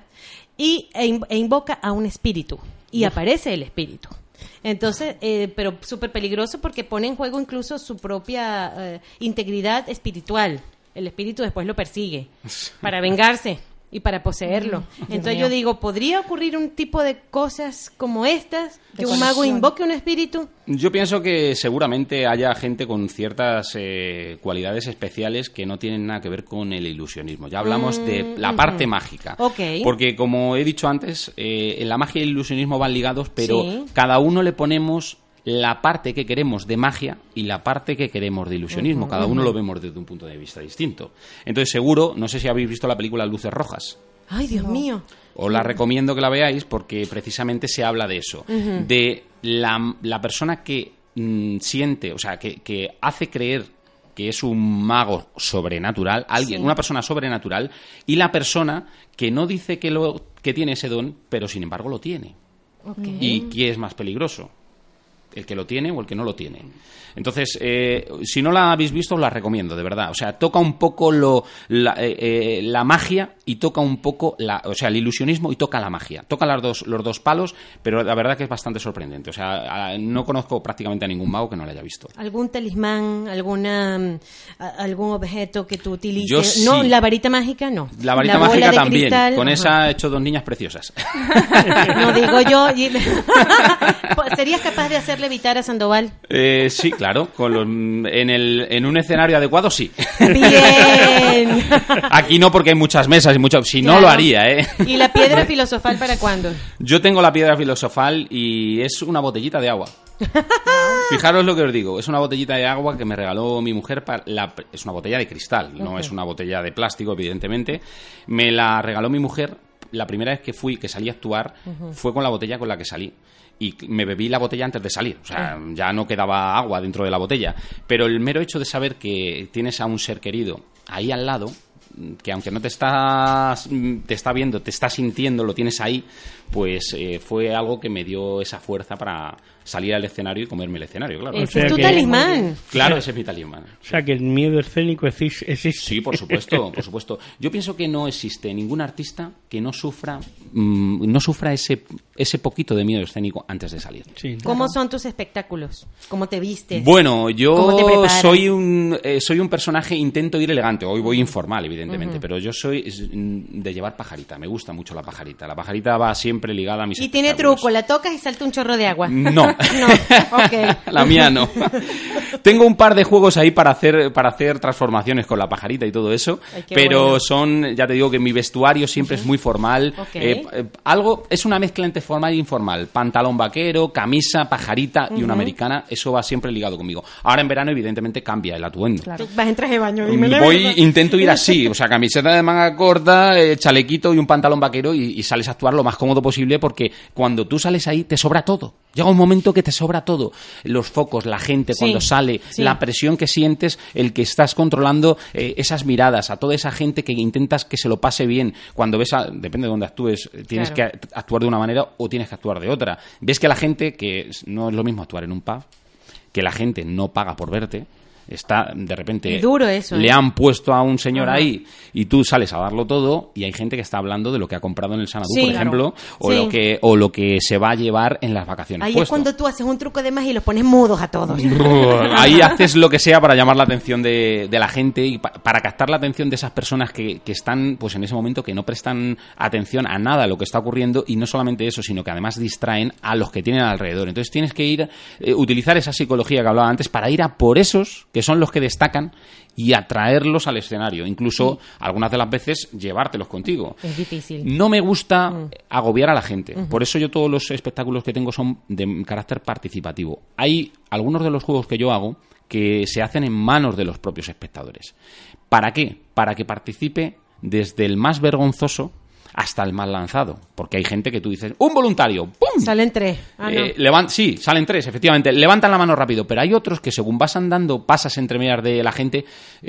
e invoca a un espíritu. Y aparece el espíritu. Entonces, pero súper peligroso porque pone en juego incluso su propia integridad espiritual. El espíritu después lo persigue para vengarse y para poseerlo. Entonces yo digo, ¿podría ocurrir un tipo de cosas como estas? Que un mago invoque un espíritu. Yo pienso que seguramente haya gente con ciertas cualidades especiales que no tienen nada que ver con el ilusionismo. Ya hablamos de la parte mágica. Ok. Porque, como he dicho antes, en la magia y el ilusionismo van ligados, pero Sí. cada uno le ponemos la parte que queremos de magia y la parte que queremos de ilusionismo. Cada uno lo vemos desde un punto de vista distinto. Entonces, seguro, no sé si habéis visto la película Luces Rojas. Ay, Dios mío. Os la recomiendo que la veáis porque precisamente se habla de eso. De la persona que siente, o sea, que hace creer que es un mago sobrenatural, una persona sobrenatural, y la persona que no dice que tiene ese don, pero sin embargo lo tiene. Ok. ¿Y quién es más peligroso? ¿El que lo tiene o el que no lo tiene? Entonces, si no la habéis visto, os la recomiendo, de verdad. O sea, toca un poco la magia y toca un poco el ilusionismo y toca la magia. Toca los dos palos, pero la verdad que es bastante sorprendente. O sea, no conozco prácticamente a ningún mago que no la haya visto. ¿Algún talismán, algún objeto que tú utilices? Yo sí. No, la varita mágica no. La varita bola mágica de también. cristal, Con ajá. esa he hecho 2 niñas preciosas. No digo yo. ¿Serías capaz de hacer levitar a Sandoval? Sí, claro. En un escenario adecuado, sí. Bien. Aquí no, porque hay muchas mesas y mucho. Si no, Claro. lo haría, ¿eh? ¿Y la piedra filosofal para cuándo? Yo tengo la piedra filosofal y es una botellita de agua. Fijaros lo que os digo. Es una botellita de agua que me regaló mi mujer. Es una botella de cristal, no es una botella de plástico, evidentemente. Me la regaló mi mujer. La primera vez que salí a actuar fue con la botella con la que salí. Y me bebí la botella antes de salir. O sea, ya no quedaba agua dentro de la botella. Pero el mero hecho de saber que tienes a un ser querido ahí al lado, que aunque no te está viendo, te está sintiendo, lo tienes ahí, pues fue algo que me dio esa fuerza para salir al escenario y comerme el escenario, claro. O Ese sea es tu que- talismán. Claro, ese es mi talismán. O sea, que el miedo escénico existe. Sí, por supuesto, por supuesto. Yo pienso que no existe ningún artista que no sufra ese poquito de miedo escénico antes de salir. Sí. ¿Cómo son tus espectáculos? ¿Cómo te vistes? Bueno, ¿Cómo te yo preparas? soy un personaje, intento ir elegante. Hoy voy informal, evidentemente, pero yo soy de llevar pajarita. Me gusta mucho la pajarita. La pajarita va siempre ligada a mis Y tiene espectáculos. truco, la tocas y salta un chorro de agua. No. Ok. La mía no. Tengo un par de juegos ahí para hacer transformaciones con la pajarita y todo eso, Ay, qué pero bueno. ya te digo que mi vestuario siempre es muy formal. Ok. Es una mezcla entre formal e informal. Pantalón vaquero, camisa, pajarita y una americana. Eso va siempre ligado conmigo. Ahora en verano, evidentemente, cambia el atuendo. Tú vas en traje de baño, dime la verdad. Intento ir así, o sea, camiseta de manga corta, chalequito y un pantalón vaquero y sales a actuar lo más cómodo posible porque cuando tú sales ahí te sobra todo. Llega un momento que te sobra todo. Los focos, la gente Sí, cuando sale, sí. la presión que sientes, el que estás controlando esas miradas, a toda esa gente que intentas que se lo pase bien. Cuando ves depende de dónde actúes, tienes Claro. que actuar de una manera o tienes que actuar de otra. Ves que la gente, que no es lo mismo actuar en un pub, que la gente no paga por verte. Está de repente Es duro eso, le ¿eh? han puesto a un señor Ajá. ahí y tú sales a darlo todo y hay gente que está hablando de lo que ha comprado en el Xanadu, Sí, por claro. ejemplo, o Sí. lo que se va a llevar en las vacaciones. Ahí es puesto. cuando tú haces un truco de magia y los pones mudos a todos. Ahí haces lo que sea para llamar la atención de la gente y para captar la atención de esas personas que están pues en ese momento, que no prestan atención a nada de lo que está ocurriendo, y no solamente eso, sino que además distraen a los que tienen alrededor. Entonces tienes que utilizar esa psicología que hablaba antes para ir a por esos que son los que destacan, y atraerlos al escenario. Incluso, algunas de las veces, llevártelos contigo. Es difícil. No me gusta agobiar a la gente. Por eso yo todos los espectáculos que tengo son de carácter participativo. Hay algunos de los juegos que yo hago que se hacen en manos de los propios espectadores. ¿Para qué? Para que participe desde el más vergonzoso hasta el más lanzado. Porque hay gente que tú dices, ¡un voluntario! ¡Pum! Salen 3. No. Sí, salen 3, efectivamente. Levantan la mano rápido. Pero hay otros que según vas andando, pasas entre medias de la gente,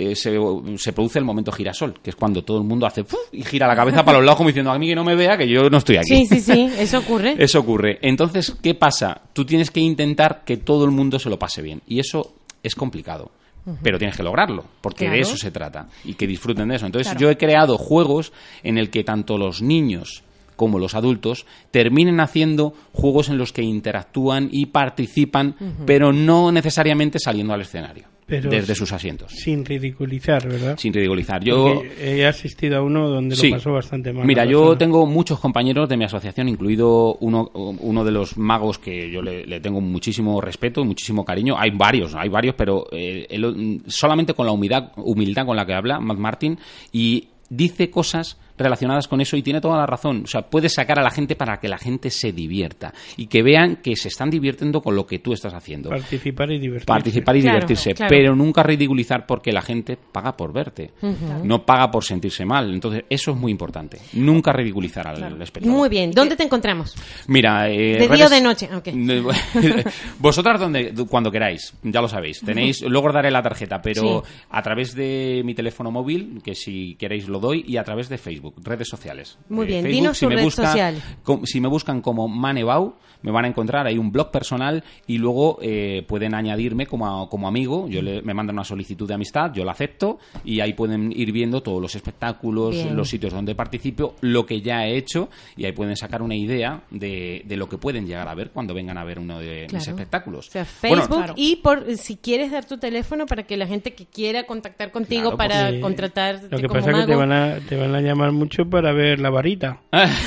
se produce el momento girasol, que es cuando todo el mundo hace ¡puf! Y gira la cabeza para los lados como diciendo, a mí que no me vea, que yo no estoy aquí. Sí, eso ocurre. Eso ocurre. Entonces, ¿qué pasa? Tú tienes que intentar que todo el mundo se lo pase bien. Y eso es complicado. Pero tienes que lograrlo, porque Claro. de eso se trata, y que disfruten de eso. Entonces yo he creado juegos en el que tanto los niños como los adultos terminen haciendo juegos en los que interactúan y participan, pero no necesariamente saliendo al escenario, Pero desde sus asientos, Sin ridiculizar, ¿verdad? sin ridiculizar. Yo... Porque he asistido a uno donde Sí. lo pasó bastante mal. Mira, la yo persona. tengo muchos compañeros de mi asociación, incluido uno de los magos que yo le tengo muchísimo respeto y muchísimo cariño. Hay varios, pero solamente con la humildad con la que habla, Matt Martin, y dice cosas relacionadas con eso y tiene toda la razón. O sea, puedes sacar a la gente para que la gente se divierta y que vean que se están divirtiendo con lo que tú estás haciendo. Participar y divertirse. Participar y Claro, divertirse, claro. pero nunca ridiculizar, porque la gente paga por verte, no paga por sentirse mal. Entonces, eso es muy importante. Nunca ridiculizar al espectador. Muy bien. ¿Dónde te encontramos? Mira, ¿De día o de noche? Ok. Vosotras cuando queráis, ya lo sabéis. Tenéis, luego os daré la tarjeta, pero Sí. a través de mi teléfono móvil, que si queréis lo doy, y a través de Facebook, redes sociales. Muy bien, Facebook, dinos tu red social. Si me buscan como Manebau, me van a encontrar, hay un blog personal, y luego pueden añadirme como amigo. Me mandan una solicitud de amistad, yo la acepto, y ahí pueden ir viendo todos los espectáculos, Bien. los sitios donde participo, lo que ya he hecho, y ahí pueden sacar una idea de lo que pueden llegar a ver cuando vengan a ver uno de mis Claro. espectáculos. O sea, Bueno, Facebook Claro. y si quieres dar tu teléfono para que la gente que quiera contactar contigo Claro, para Sí. contratarte Lo que como pasa es que mago. te van a llamar mucho para ver la varita.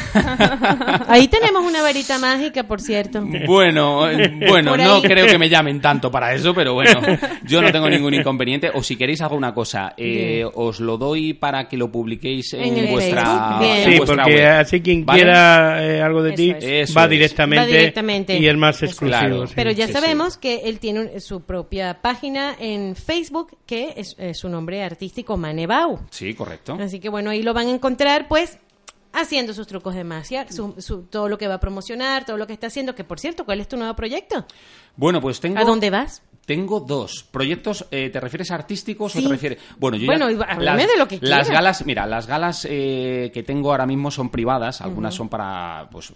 Ahí tenemos una varita mágica, por cierto. Bueno, Por no ahí. creo que me llamen tanto para eso, pero bueno, yo no tengo ningún inconveniente. O si queréis alguna cosa, Bien. os lo doy para que lo publiquéis En el en vuestra, Facebook. Bien. en Sí, vuestra porque web. así quien ¿Vale? quiera algo de Eso ti es. Eso va es. directamente, Va directamente. y el más exclusivo. Claro. sí. Pero ya Sí, sabemos que él tiene su propia página en Facebook, que es su nombre artístico, Manebau. Sí, correcto. Así que bueno, ahí lo van a encontrar, pues, haciendo sus trucos de magia, todo lo que va a promocionar, todo lo que está haciendo. Que por cierto, ¿cuál es tu nuevo proyecto? Bueno, pues tengo... ¿A dónde vas? Tengo dos proyectos. ¿Te refieres a artísticos o Sí. te refieres...? Bueno, Bueno, háblame de lo que las quieras. galas, mira, las galas que tengo ahora mismo son privadas. Algunas son para pues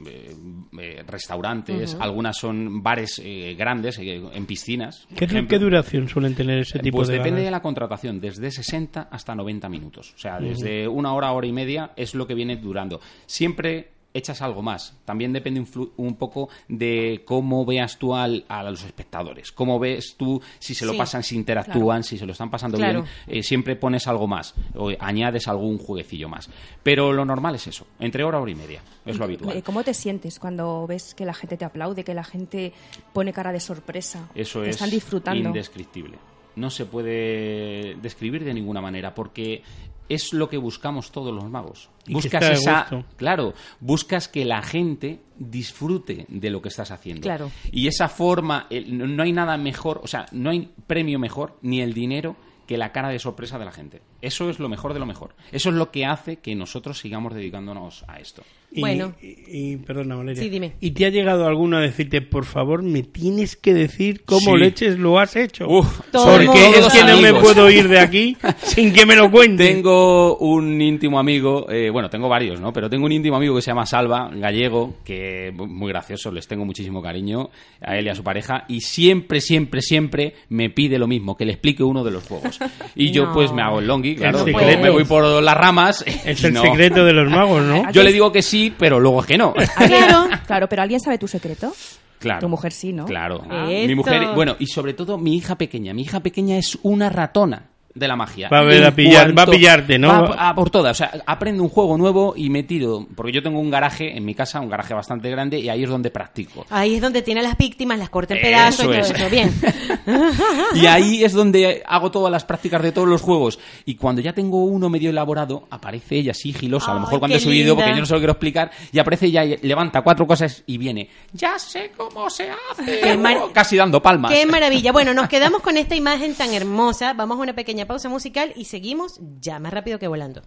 restaurantes, algunas son bares grandes en piscinas. por ejemplo. ¿Qué duración suelen tener ese tipo Pues de depende galas? de la contratación, desde 60 hasta 90 minutos. O sea, desde una hora, hora y media es lo que viene durando. Siempre echas algo más. También depende un poco de cómo veas tú a los espectadores. Cómo ves tú si se lo Sí, pasan, si interactúan, si se lo están pasando Claro. bien. Siempre pones algo más o añades algún jueguecillo más. Pero lo normal es eso, entre hora y media. Es lo habitual. ¿Cómo te sientes cuando ves que la gente te aplaude, que la gente pone cara de sorpresa? Eso que es están disfrutando. indescriptible. No se puede describir de ninguna manera, porque es lo que buscamos todos los magos. Y que Buscas esté a gusto. claro, buscas que la gente disfrute de lo que estás haciendo. Claro. Y esa forma, no hay nada mejor, o sea, no hay premio mejor ni el dinero que la cara de sorpresa de la gente. Eso es lo mejor de lo mejor. Eso es lo que hace que nosotros sigamos dedicándonos a esto. Bueno. Perdona, Valeria. Sí, dime. ¿Y te ha llegado alguno a decirte, por favor, me tienes que decir cómo Sí. leches lo has hecho? Todo el Porque mundo. es que no me Amigos. puedo ir de aquí sin que me lo cuente. Tengo un íntimo amigo, bueno, tengo varios, ¿no? Pero tengo un íntimo amigo que se llama Salva, gallego, que muy gracioso, les tengo muchísimo cariño a él y a su pareja, y siempre me pide lo mismo, que le explique uno de los juegos. Y yo No. pues me hago el longui, claro, El pues secreto. me voy por las ramas. Es y el no. secreto de los magos, ¿no? Yo le digo que sí, pero luego es que no. Claro. Claro, pero ¿alguien sabe tu secreto? Claro. Tu mujer sí, ¿no? Claro. Eso. Mi mujer, bueno, y sobre todo mi hija pequeña. Mi hija pequeña es una ratona. de la magia. Va a pillarte, ¿no? Va a por todas. O sea, aprendo un juego nuevo y me tiro. Porque yo tengo un garaje en mi casa, un garaje bastante grande, y ahí es donde practico. Ahí es donde tiene las víctimas, las corta en pedazos y todo es. eso. Bien. Y ahí es donde hago todas las prácticas de todos los juegos. Y cuando ya tengo uno medio elaborado, aparece ella sigilosa. A lo Ay, mejor cuando qué he subido, linda. porque yo no se lo quiero explicar, y aparece ella y levanta 4 cosas y viene. Ya sé cómo se hace. Qué Casi dando palmas. Qué maravilla. Bueno, nos quedamos con esta imagen tan hermosa. Vamos a una pequeña pausa musical y seguimos ya más rápido que volando.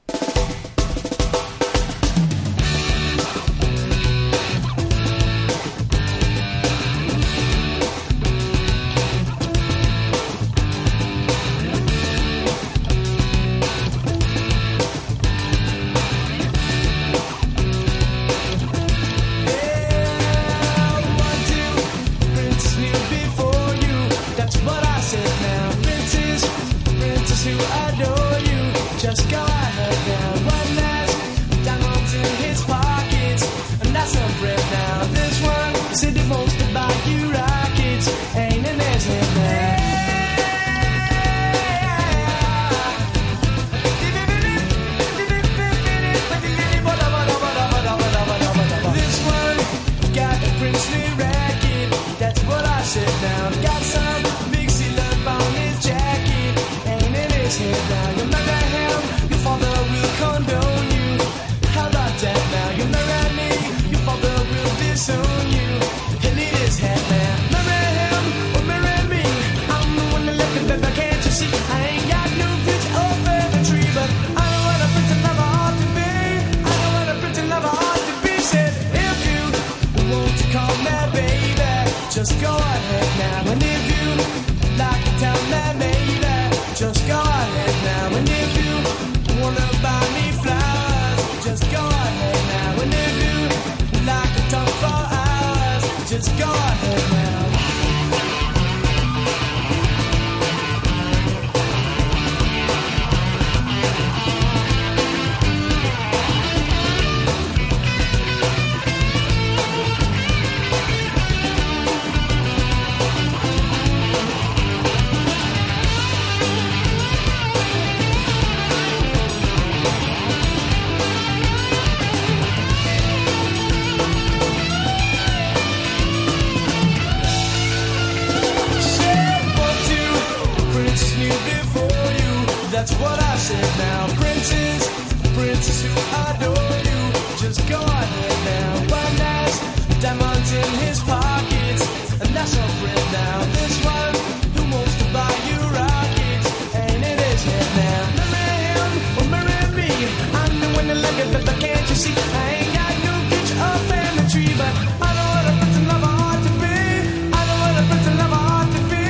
Princess knew before you. That's what I said now. Princess who adore you. Just go ahead now. One last diamonds in his pockets, and that's some bread now. This one said he wants to buy you rockets. Ain't in his head now. This one got a princely racket. That's what I said now. Got some big seal up on his jacket. Ain't in his head now. You marry him, your father will condone you. How about that now? You marry me, your father will disown you. And in his head now. Marry him or marry me. I'm the one that left it, baby, can't you see? I ain't got no pitch over the tree, but I know what a prince and lover ought to be. I know what a prince and lover ought to be. Said if you want to call me baby, just go ahead now. And if you like to tell me maybe, just go ahead now. And if you wanna buy me flowers, just go ahead now. And if you like to talk for hours, just go ahead now. Said what you, princess knew before you. That's what I said now. Princess who adore you. Just go ahead now. One last diamonds in his pockets, and that's all bread now. This one who wants to buy you rockets, ain't in his head now. Marry him or marry me. I'm the one that love it, but can't you see? I ain't got no pitch up in the tree, but I know what a prince and lover ought to be. I know what a prince and lover ought to be.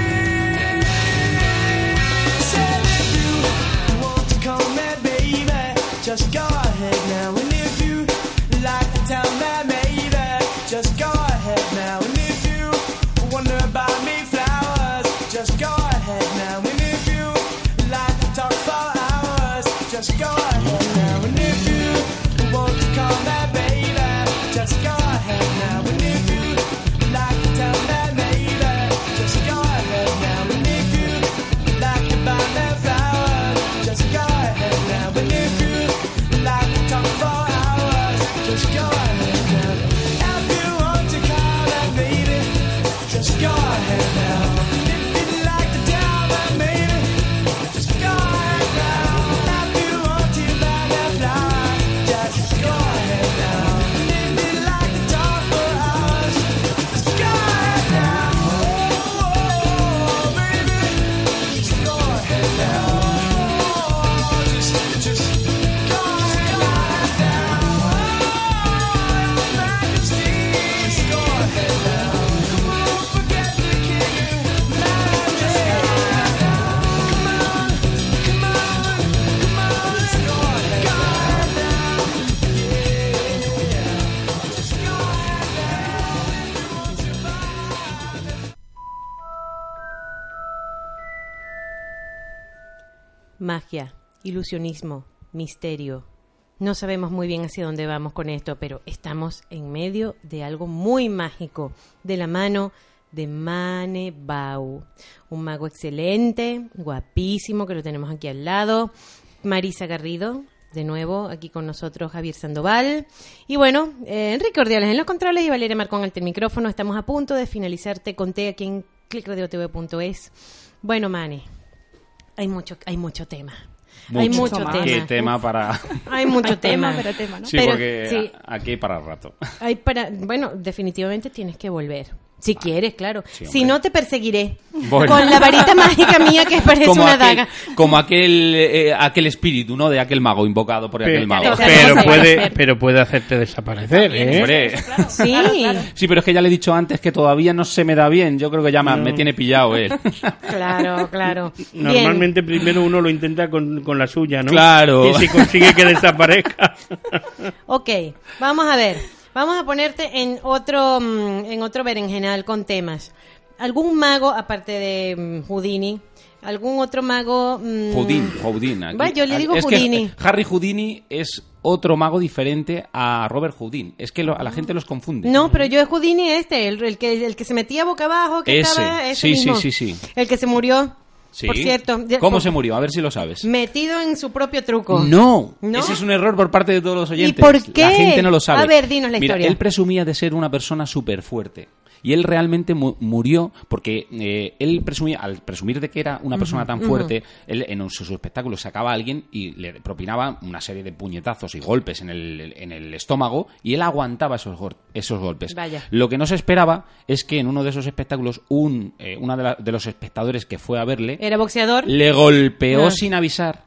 Said if you want to call me baby, just go ahead now. And if you like to tell me maybe, just go ahead now. And if you wonder about me flowers, just go ahead now. And if you like to talk for hours, just go ahead now. And if you want to call me baby, just go ahead now. And if you like to tell me maybe, just go ahead now. And if you like to buy me flowers, just go ahead now. And if you like to talk for hours, just go ahead now. If you want to call me baby, just go ahead now. If you'd like to tell me maybe, just go ahead now. If you want to buy me flowers, just go ahead now. If you'd like to talk for hours, just go ahead now. Oh, baby, just go ahead now. Just go ahead now. Oh, Majesty, just go ahead now. Come on, forget the king, Majesty. Come on, come on, come on, let's go ahead now. Yeah, just go ahead now. If you want to buy. Magia, ilusionismo, misterio. No sabemos muy bien hacia dónde vamos con esto, pero estamos en medio de algo muy mágico, de la mano de Mane Bau. Un mago excelente, guapísimo, que lo tenemos aquí al lado. Marisa Garrido, de nuevo, aquí con nosotros Javier Sandoval. Y bueno, Enrique Ordiales en los controles y Valeria Marcón ante el micrófono. Estamos a punto de finalizar Te Conté aquí en clickradiotv.es. Bueno, Mane, hay mucho tema. Hay mucho tema. ¿Qué tema para...? Hay mucho tema. Pero tema, ¿no? Sí, Pero, porque sí. aquí hay para rato. Bueno, definitivamente tienes que volver. Si quieres, claro. sí, Si hombre. no, te perseguiré. Bueno. Con la varita mágica mía que parece una daga. Como aquel espíritu, ¿no? De aquel mago invocado por aquel mago. Pero puede hacerte desaparecer, ¿eh? Hombre. Sí. Sí, pero es que ya le he dicho antes que todavía no se me da bien. Yo creo que ya me tiene pillado él. Claro. Normalmente primero uno lo intenta con la suya, ¿no? Claro. Y si consigue que desaparezca. Ok, vamos a ver. Vamos a ponerte en otro berenjenal con temas. ¿Algún mago, aparte de Houdini, algún otro mago? Houdin. Aquí. Va, yo le digo es Houdini. Que Harry Houdini es otro mago diferente a Robert Houdin. Es que a la gente los confunde. No, pero yo es Houdini el que se metía boca abajo, que Ese. estaba ese Sí, mismo. sí. El que se murió. Sí. Por cierto. ¿Cómo se murió? A ver si lo sabes. Metido en su propio truco. No, ¿No? ese es un error por parte de todos los oyentes. ¿Y por qué? La gente no lo sabe. A ver, dinos la Mira, historia. él presumía de ser una persona súper fuerte. Y él realmente murió porque él presumía, al presumir de que era una persona tan fuerte, él en sus espectáculos sacaba a alguien y le propinaba una serie de puñetazos y golpes en el estómago y él aguantaba esos golpes. Vaya. Lo que no se esperaba es que en uno de esos espectáculos uno de los espectadores que fue a verle ¿Era boxeador? le golpeó Ah. sin avisar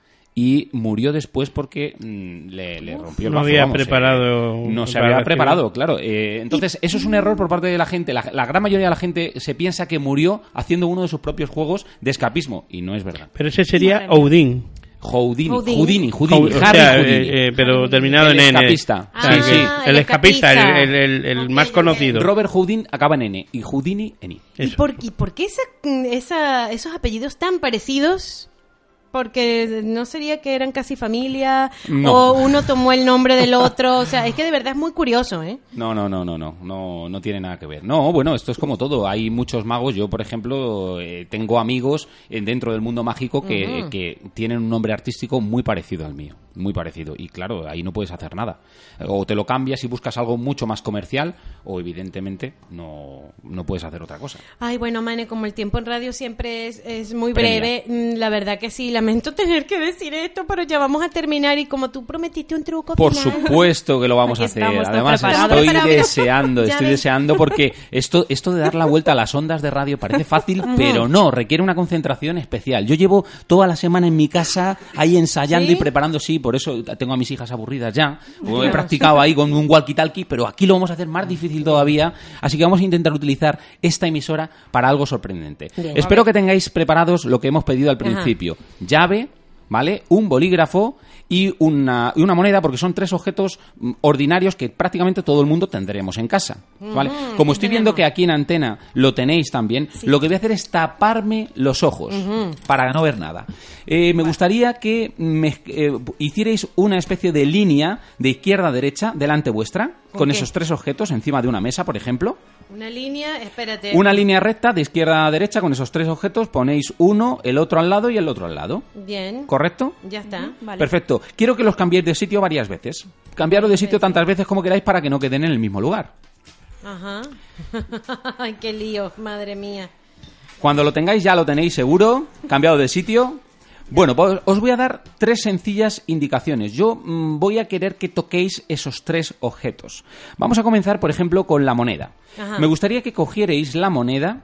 y murió después porque le rompió el No bazo. había preparado no se para había la preparado, claro. Entonces, eso es un error por parte de la gente. La gran mayoría de la gente se piensa que murió haciendo uno de sus propios juegos de escapismo y no es verdad. Pero ese sería Houdin. Houdini, O sea, Harry Houdini. pero terminado El en N. escapista. O sea, Sí, que sí. el escapista, el Ok, más ok. conocido. Robert Houdin acaba en N y Houdini en I. ¿Y Eso. por qué esos apellidos tan parecidos? Porque no sería que eran casi familia No. o uno tomó el nombre del otro. O sea, es que de verdad es muy curioso, ¿eh? No tiene nada que ver. No, bueno, esto es como todo. Hay muchos magos. Yo, por ejemplo, tengo amigos dentro del mundo mágico que tienen un nombre artístico muy parecido al mío. Muy parecido. Y claro, ahí no puedes hacer nada. O te lo cambias y buscas algo mucho más comercial o, evidentemente, no puedes hacer otra cosa. Ay, bueno, Mane, como el tiempo en radio siempre es muy breve, la verdad que sí, lamento tener que decir esto, pero ya vamos a terminar y como tú prometiste un truco Por final. supuesto que lo vamos a Aquí hacer. estamos, Además, preparados. estoy Preparados. deseando, Ya estoy ves. deseando porque esto de dar la vuelta a las ondas de radio parece fácil, pero no, requiere una concentración especial. Yo llevo toda la semana en mi casa ahí ensayando ¿Sí? y preparando, sí, por eso tengo a mis hijas aburridas ya. He practicado ahí con un walkie-talkie, pero aquí lo vamos a hacer más difícil todavía, así que vamos a intentar utilizar esta emisora para algo sorprendente. Bien. Espero que tengáis preparados lo que hemos pedido al principio. Llave, ¿vale? Un bolígrafo y una moneda, porque son tres objetos ordinarios que prácticamente todo el mundo tendremos en casa, ¿vale? Como estoy viendo que aquí en antena lo tenéis también, lo que voy a hacer es taparme los ojos para no ver nada. Me gustaría que hicierais una especie de línea de izquierda a derecha delante vuestra, con Ok. esos tres objetos encima de una mesa, por ejemplo. Una línea, espérate. Una línea recta de izquierda a derecha con esos tres objetos, ponéis uno, el otro al lado y el otro al lado. Bien, ¿Correcto? ya está. Vale. Perfecto. Quiero que los cambiéis de sitio varias veces. Cambiarlo de sitio tantas veces como queráis para que no queden en el mismo lugar. Ajá. Ay, qué lío, madre mía. Cuando lo tengáis ya lo tenéis seguro, cambiado de sitio. Bueno, pues os voy a dar tres sencillas indicaciones. Yo voy a querer que toquéis esos tres objetos. Vamos a comenzar, por ejemplo, con la moneda. Ajá. Me gustaría que cogierais la moneda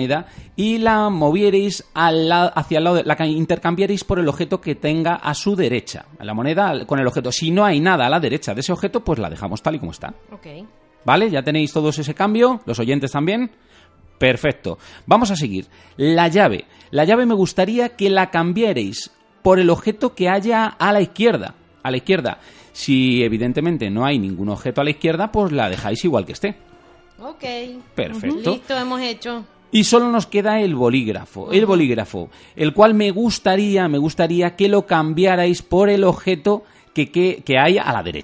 y la movierais hacia el lado, la intercambiarais por el objeto que tenga a su derecha. La moneda con el objeto. Si no hay nada a la derecha de ese objeto, pues la dejamos tal y como está. Ok. ¿Vale? ¿Ya tenéis todos ese cambio? ¿Los oyentes también? Perfecto. Vamos a seguir. La llave. La llave me gustaría que la cambiarais por el objeto que haya a la izquierda. A la izquierda. Si evidentemente no hay ningún objeto a la izquierda, pues la dejáis igual que esté. Ok. Perfecto. Listo, hemos hecho. Y solo nos queda el bolígrafo. El bolígrafo. El cual me gustaría que lo cambiarais por el objeto que hay a la derecha.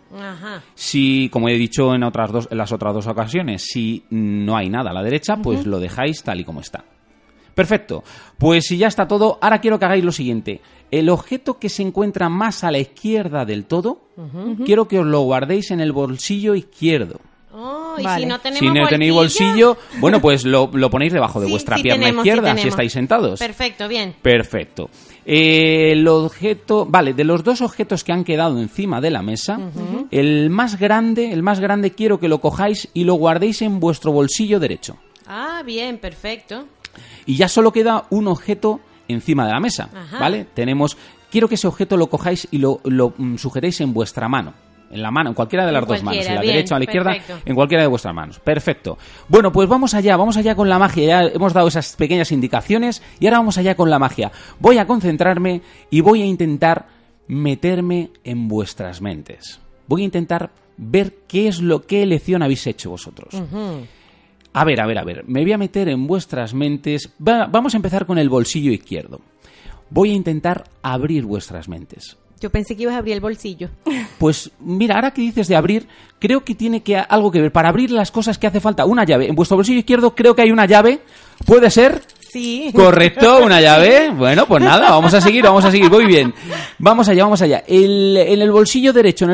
Ajá. Si, como he dicho en las otras dos ocasiones, si no hay nada a la derecha, pues lo dejáis tal y como está. Perfecto. Pues si ya está todo, ahora quiero que hagáis lo siguiente. El objeto que se encuentra más a la izquierda del todo, quiero que os lo guardéis en el bolsillo izquierdo. Oh, y Vale. si no tenemos Si no tenéis bolsillo, bueno, pues lo ponéis debajo de Sí, vuestra sí pierna tenemos, sí izquierda, si tenemos. estáis sentados. Perfecto, bien. Perfecto. El objeto, vale, de los dos objetos que han quedado encima de la mesa, el más grande quiero que lo cojáis y lo guardéis en vuestro bolsillo derecho. Ah, bien, perfecto. Y ya solo queda un objeto encima de la mesa, Ajá. ¿vale? Quiero que ese objeto lo cojáis y lo sujetéis en vuestra mano. En la mano, en cualquiera de las dos manos, en la bien, derecha o en la izquierda, perfecto. en cualquiera de vuestras manos. Perfecto. Bueno, pues vamos allá con la magia. Ya hemos dado esas pequeñas indicaciones y ahora vamos allá con la magia. Voy a concentrarme y voy a intentar meterme en vuestras mentes. Voy a intentar ver qué elección habéis hecho vosotros. A ver. Me voy a meter en vuestras mentes. Vamos a empezar con el bolsillo izquierdo. Voy a intentar abrir vuestras mentes. Yo pensé que ibas a abrir el bolsillo. Pues mira, ahora que dices de abrir, creo que tiene algo que ver. Para abrir las cosas que hace falta una llave. En vuestro bolsillo izquierdo creo que hay una llave. ¿Puede ser? Sí. ¿Correcto? ¿Una llave? Bueno, pues nada, vamos a seguir. Muy bien. Vamos allá. En el bolsillo derecho,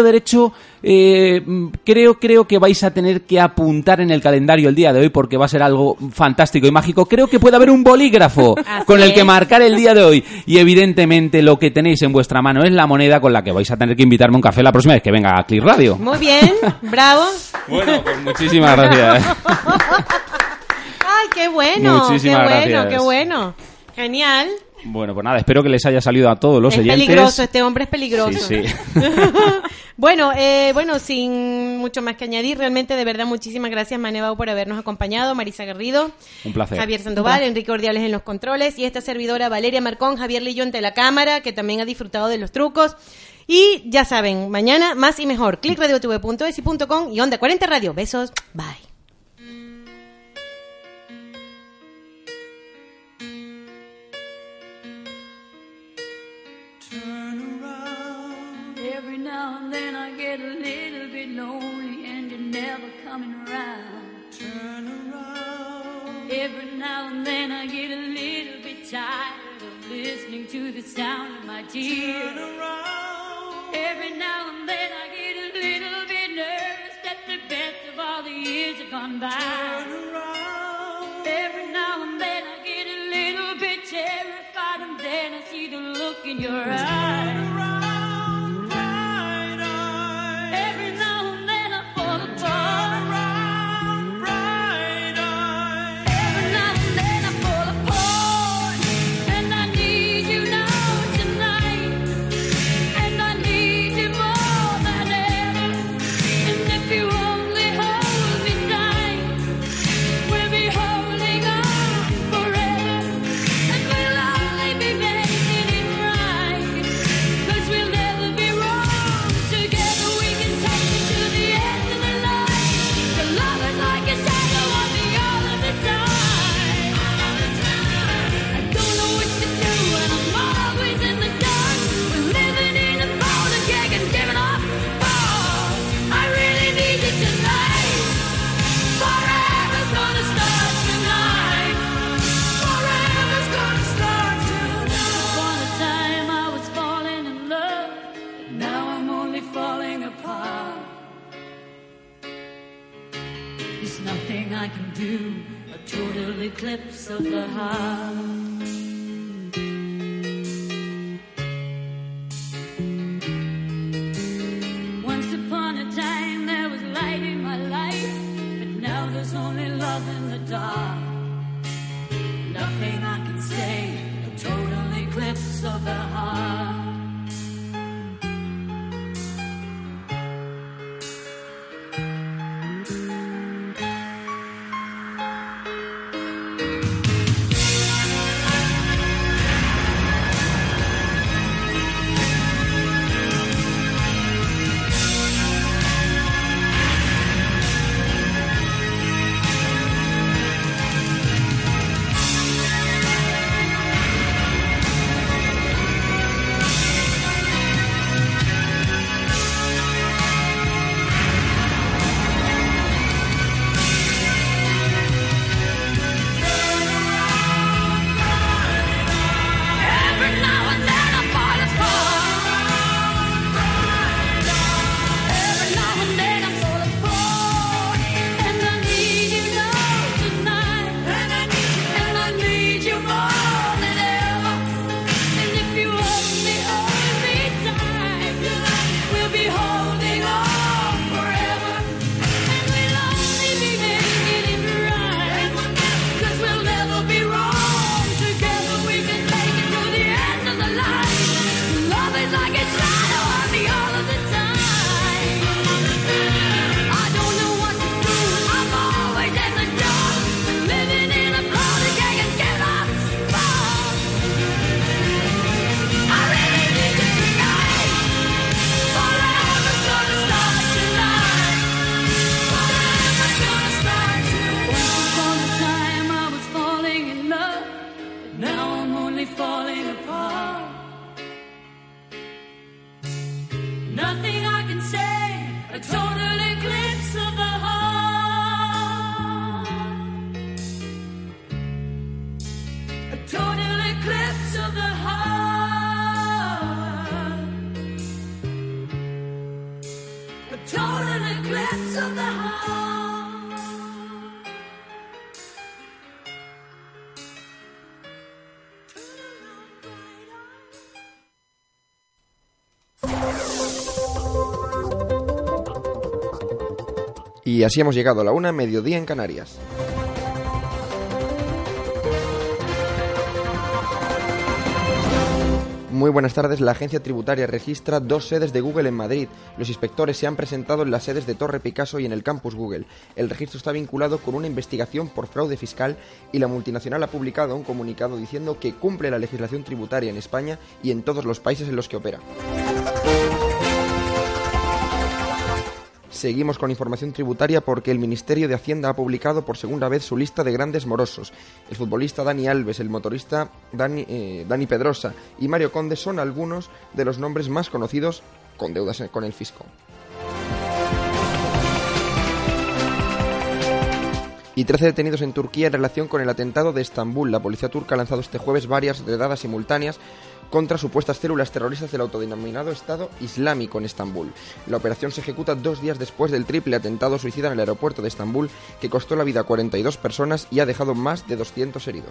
creo que vais a tener que apuntar en el calendario el día de hoy porque va a ser algo fantástico y mágico. Creo que puede haber un bolígrafo Así con el que es. marcar el día de hoy. Y evidentemente lo que tenéis en vuestra mano es la moneda con la que vais a tener que invitarme a un café la próxima vez que venga a Click Radio. Muy bien, bravo. Bueno, pues muchísimas gracias. Ay, qué bueno. Muchísimas gracias. Qué bueno. Genial. Bueno, pues nada, espero que les haya salido a todos los Es oyentes. peligroso, este hombre es peligroso. Sí. Bueno, sin mucho más que añadir, realmente de verdad muchísimas gracias Manebao por habernos acompañado, Marisa Garrido, Un placer. Javier Sandoval, Enrique Ordiales en los controles y esta servidora Valeria Marcón, Javier Lillón de la cámara, que también ha disfrutado de los trucos. Y ya saben, mañana más y mejor, clickradiotv.es y .com y Onda 40 Radio. Besos, bye. Every now and then I get a little bit lonely and you're never coming around. Turn around. Every now and then I get a little bit tired of listening to the sound of my tears. Turn around. Every now and then I get a little bit nervous that the best of all the years have gone by. Turn around. Every now and then I get a little bit terrified and then I see the look in your eyes. Every now and then I fall apart. Every now and then I fall apart. And I need you now tonight. And I need you more than ever. And if you only hold me tight, we'll be holding on forever. And we'll only be making it right. 'Cause we'll never be wrong. Together we can take it to the end of the line. Your love is like a shadow on me all of the time. I don't know what to do and I'm always in the dark. We're living in a powder keg and giving off balls. I really need you tonight. Forever's gonna start tonight. Forever's gonna start tonight. Upon a time I was falling in love, but now I'm only falling apart. There's nothing I can do, a total eclipse of the heart. Once upon a time there was light in my life, but now there's only love in the dark. Nothing I can say, a total eclipse of the heart. I nothing I can say, a total eclipse of the heart. A total eclipse of the heart. A total eclipse of the heart. Y así hemos llegado a la 1, mediodía en Canarias. Muy buenas tardes. La agencia tributaria registra 2 sedes de Google en Madrid. Los inspectores se han presentado en las sedes de Torre Picasso y en el campus Google. El registro está vinculado con una investigación por fraude fiscal y la multinacional ha publicado un comunicado diciendo que cumple la legislación tributaria en España y en todos los países en los que opera. Seguimos con información tributaria porque el Ministerio de Hacienda ha publicado por segunda vez su lista de grandes morosos. El futbolista Dani Alves, el motorista Dani Pedrosa y Mario Conde son algunos de los nombres más conocidos con deudas con el fisco. Y 13 detenidos en Turquía en relación con el atentado de Estambul. La policía turca ha lanzado este jueves varias redadas simultáneas contra supuestas células terroristas del autodenominado Estado Islámico en Estambul. La operación se ejecuta 2 días después del triple atentado suicida en el aeropuerto de Estambul, que costó la vida a 42 personas y ha dejado más de 200 heridos.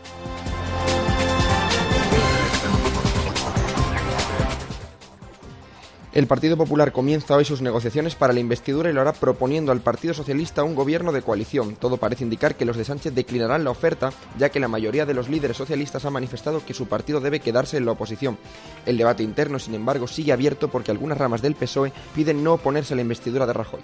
El Partido Popular comienza hoy sus negociaciones para la investidura y lo hará proponiendo al Partido Socialista un gobierno de coalición. Todo parece indicar que los de Sánchez declinarán la oferta, ya que la mayoría de los líderes socialistas ha manifestado que su partido debe quedarse en la oposición. El debate interno, sin embargo, sigue abierto porque algunas ramas del PSOE piden no oponerse a la investidura de Rajoy.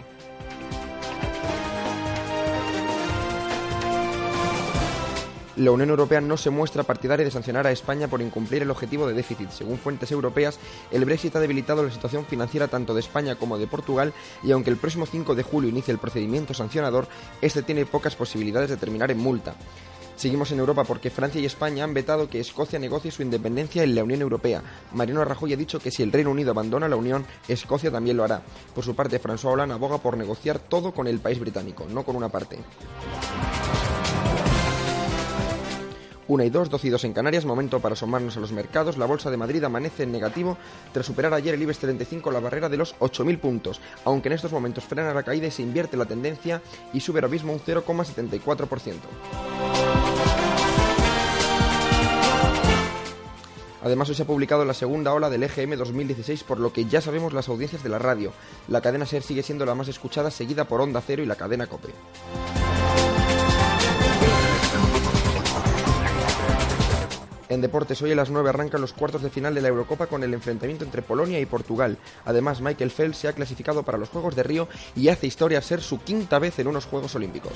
La Unión Europea no se muestra partidaria de sancionar a España por incumplir el objetivo de déficit. Según fuentes europeas, el Brexit ha debilitado la situación financiera tanto de España como de Portugal y aunque el próximo 5 de julio inicie el procedimiento sancionador, este tiene pocas posibilidades de terminar en multa. Seguimos en Europa porque Francia y España han vetado que Escocia negocie su independencia en la Unión Europea. Mariano Rajoy ha dicho que si el Reino Unido abandona la Unión, Escocia también lo hará. Por su parte, François Hollande aboga por negociar todo con el país británico, no con una parte. 1:02, 12:02 en Canarias, momento para asomarnos a los mercados. La Bolsa de Madrid amanece en negativo tras superar ayer el IBEX 35 la barrera de los 8.000 puntos, aunque en estos momentos frena la caída y se invierte la tendencia y sube ahora mismo un 0,74%. Además, hoy se ha publicado la segunda ola del EGM 2016, por lo que ya sabemos las audiencias de la radio. La cadena SER sigue siendo la más escuchada, seguida por Onda Cero y la cadena COPE. En deportes, hoy a las 9 arrancan los cuartos de final de la Eurocopa con el enfrentamiento entre Polonia y Portugal. Además, Michael Phelps se ha clasificado para los Juegos de Río y hace historia al ser su 5ª vez en unos Juegos Olímpicos.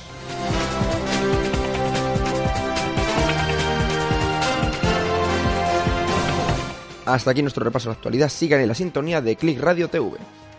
Hasta aquí nuestro repaso a la actualidad. Sigan en la sintonía de Click Radio TV.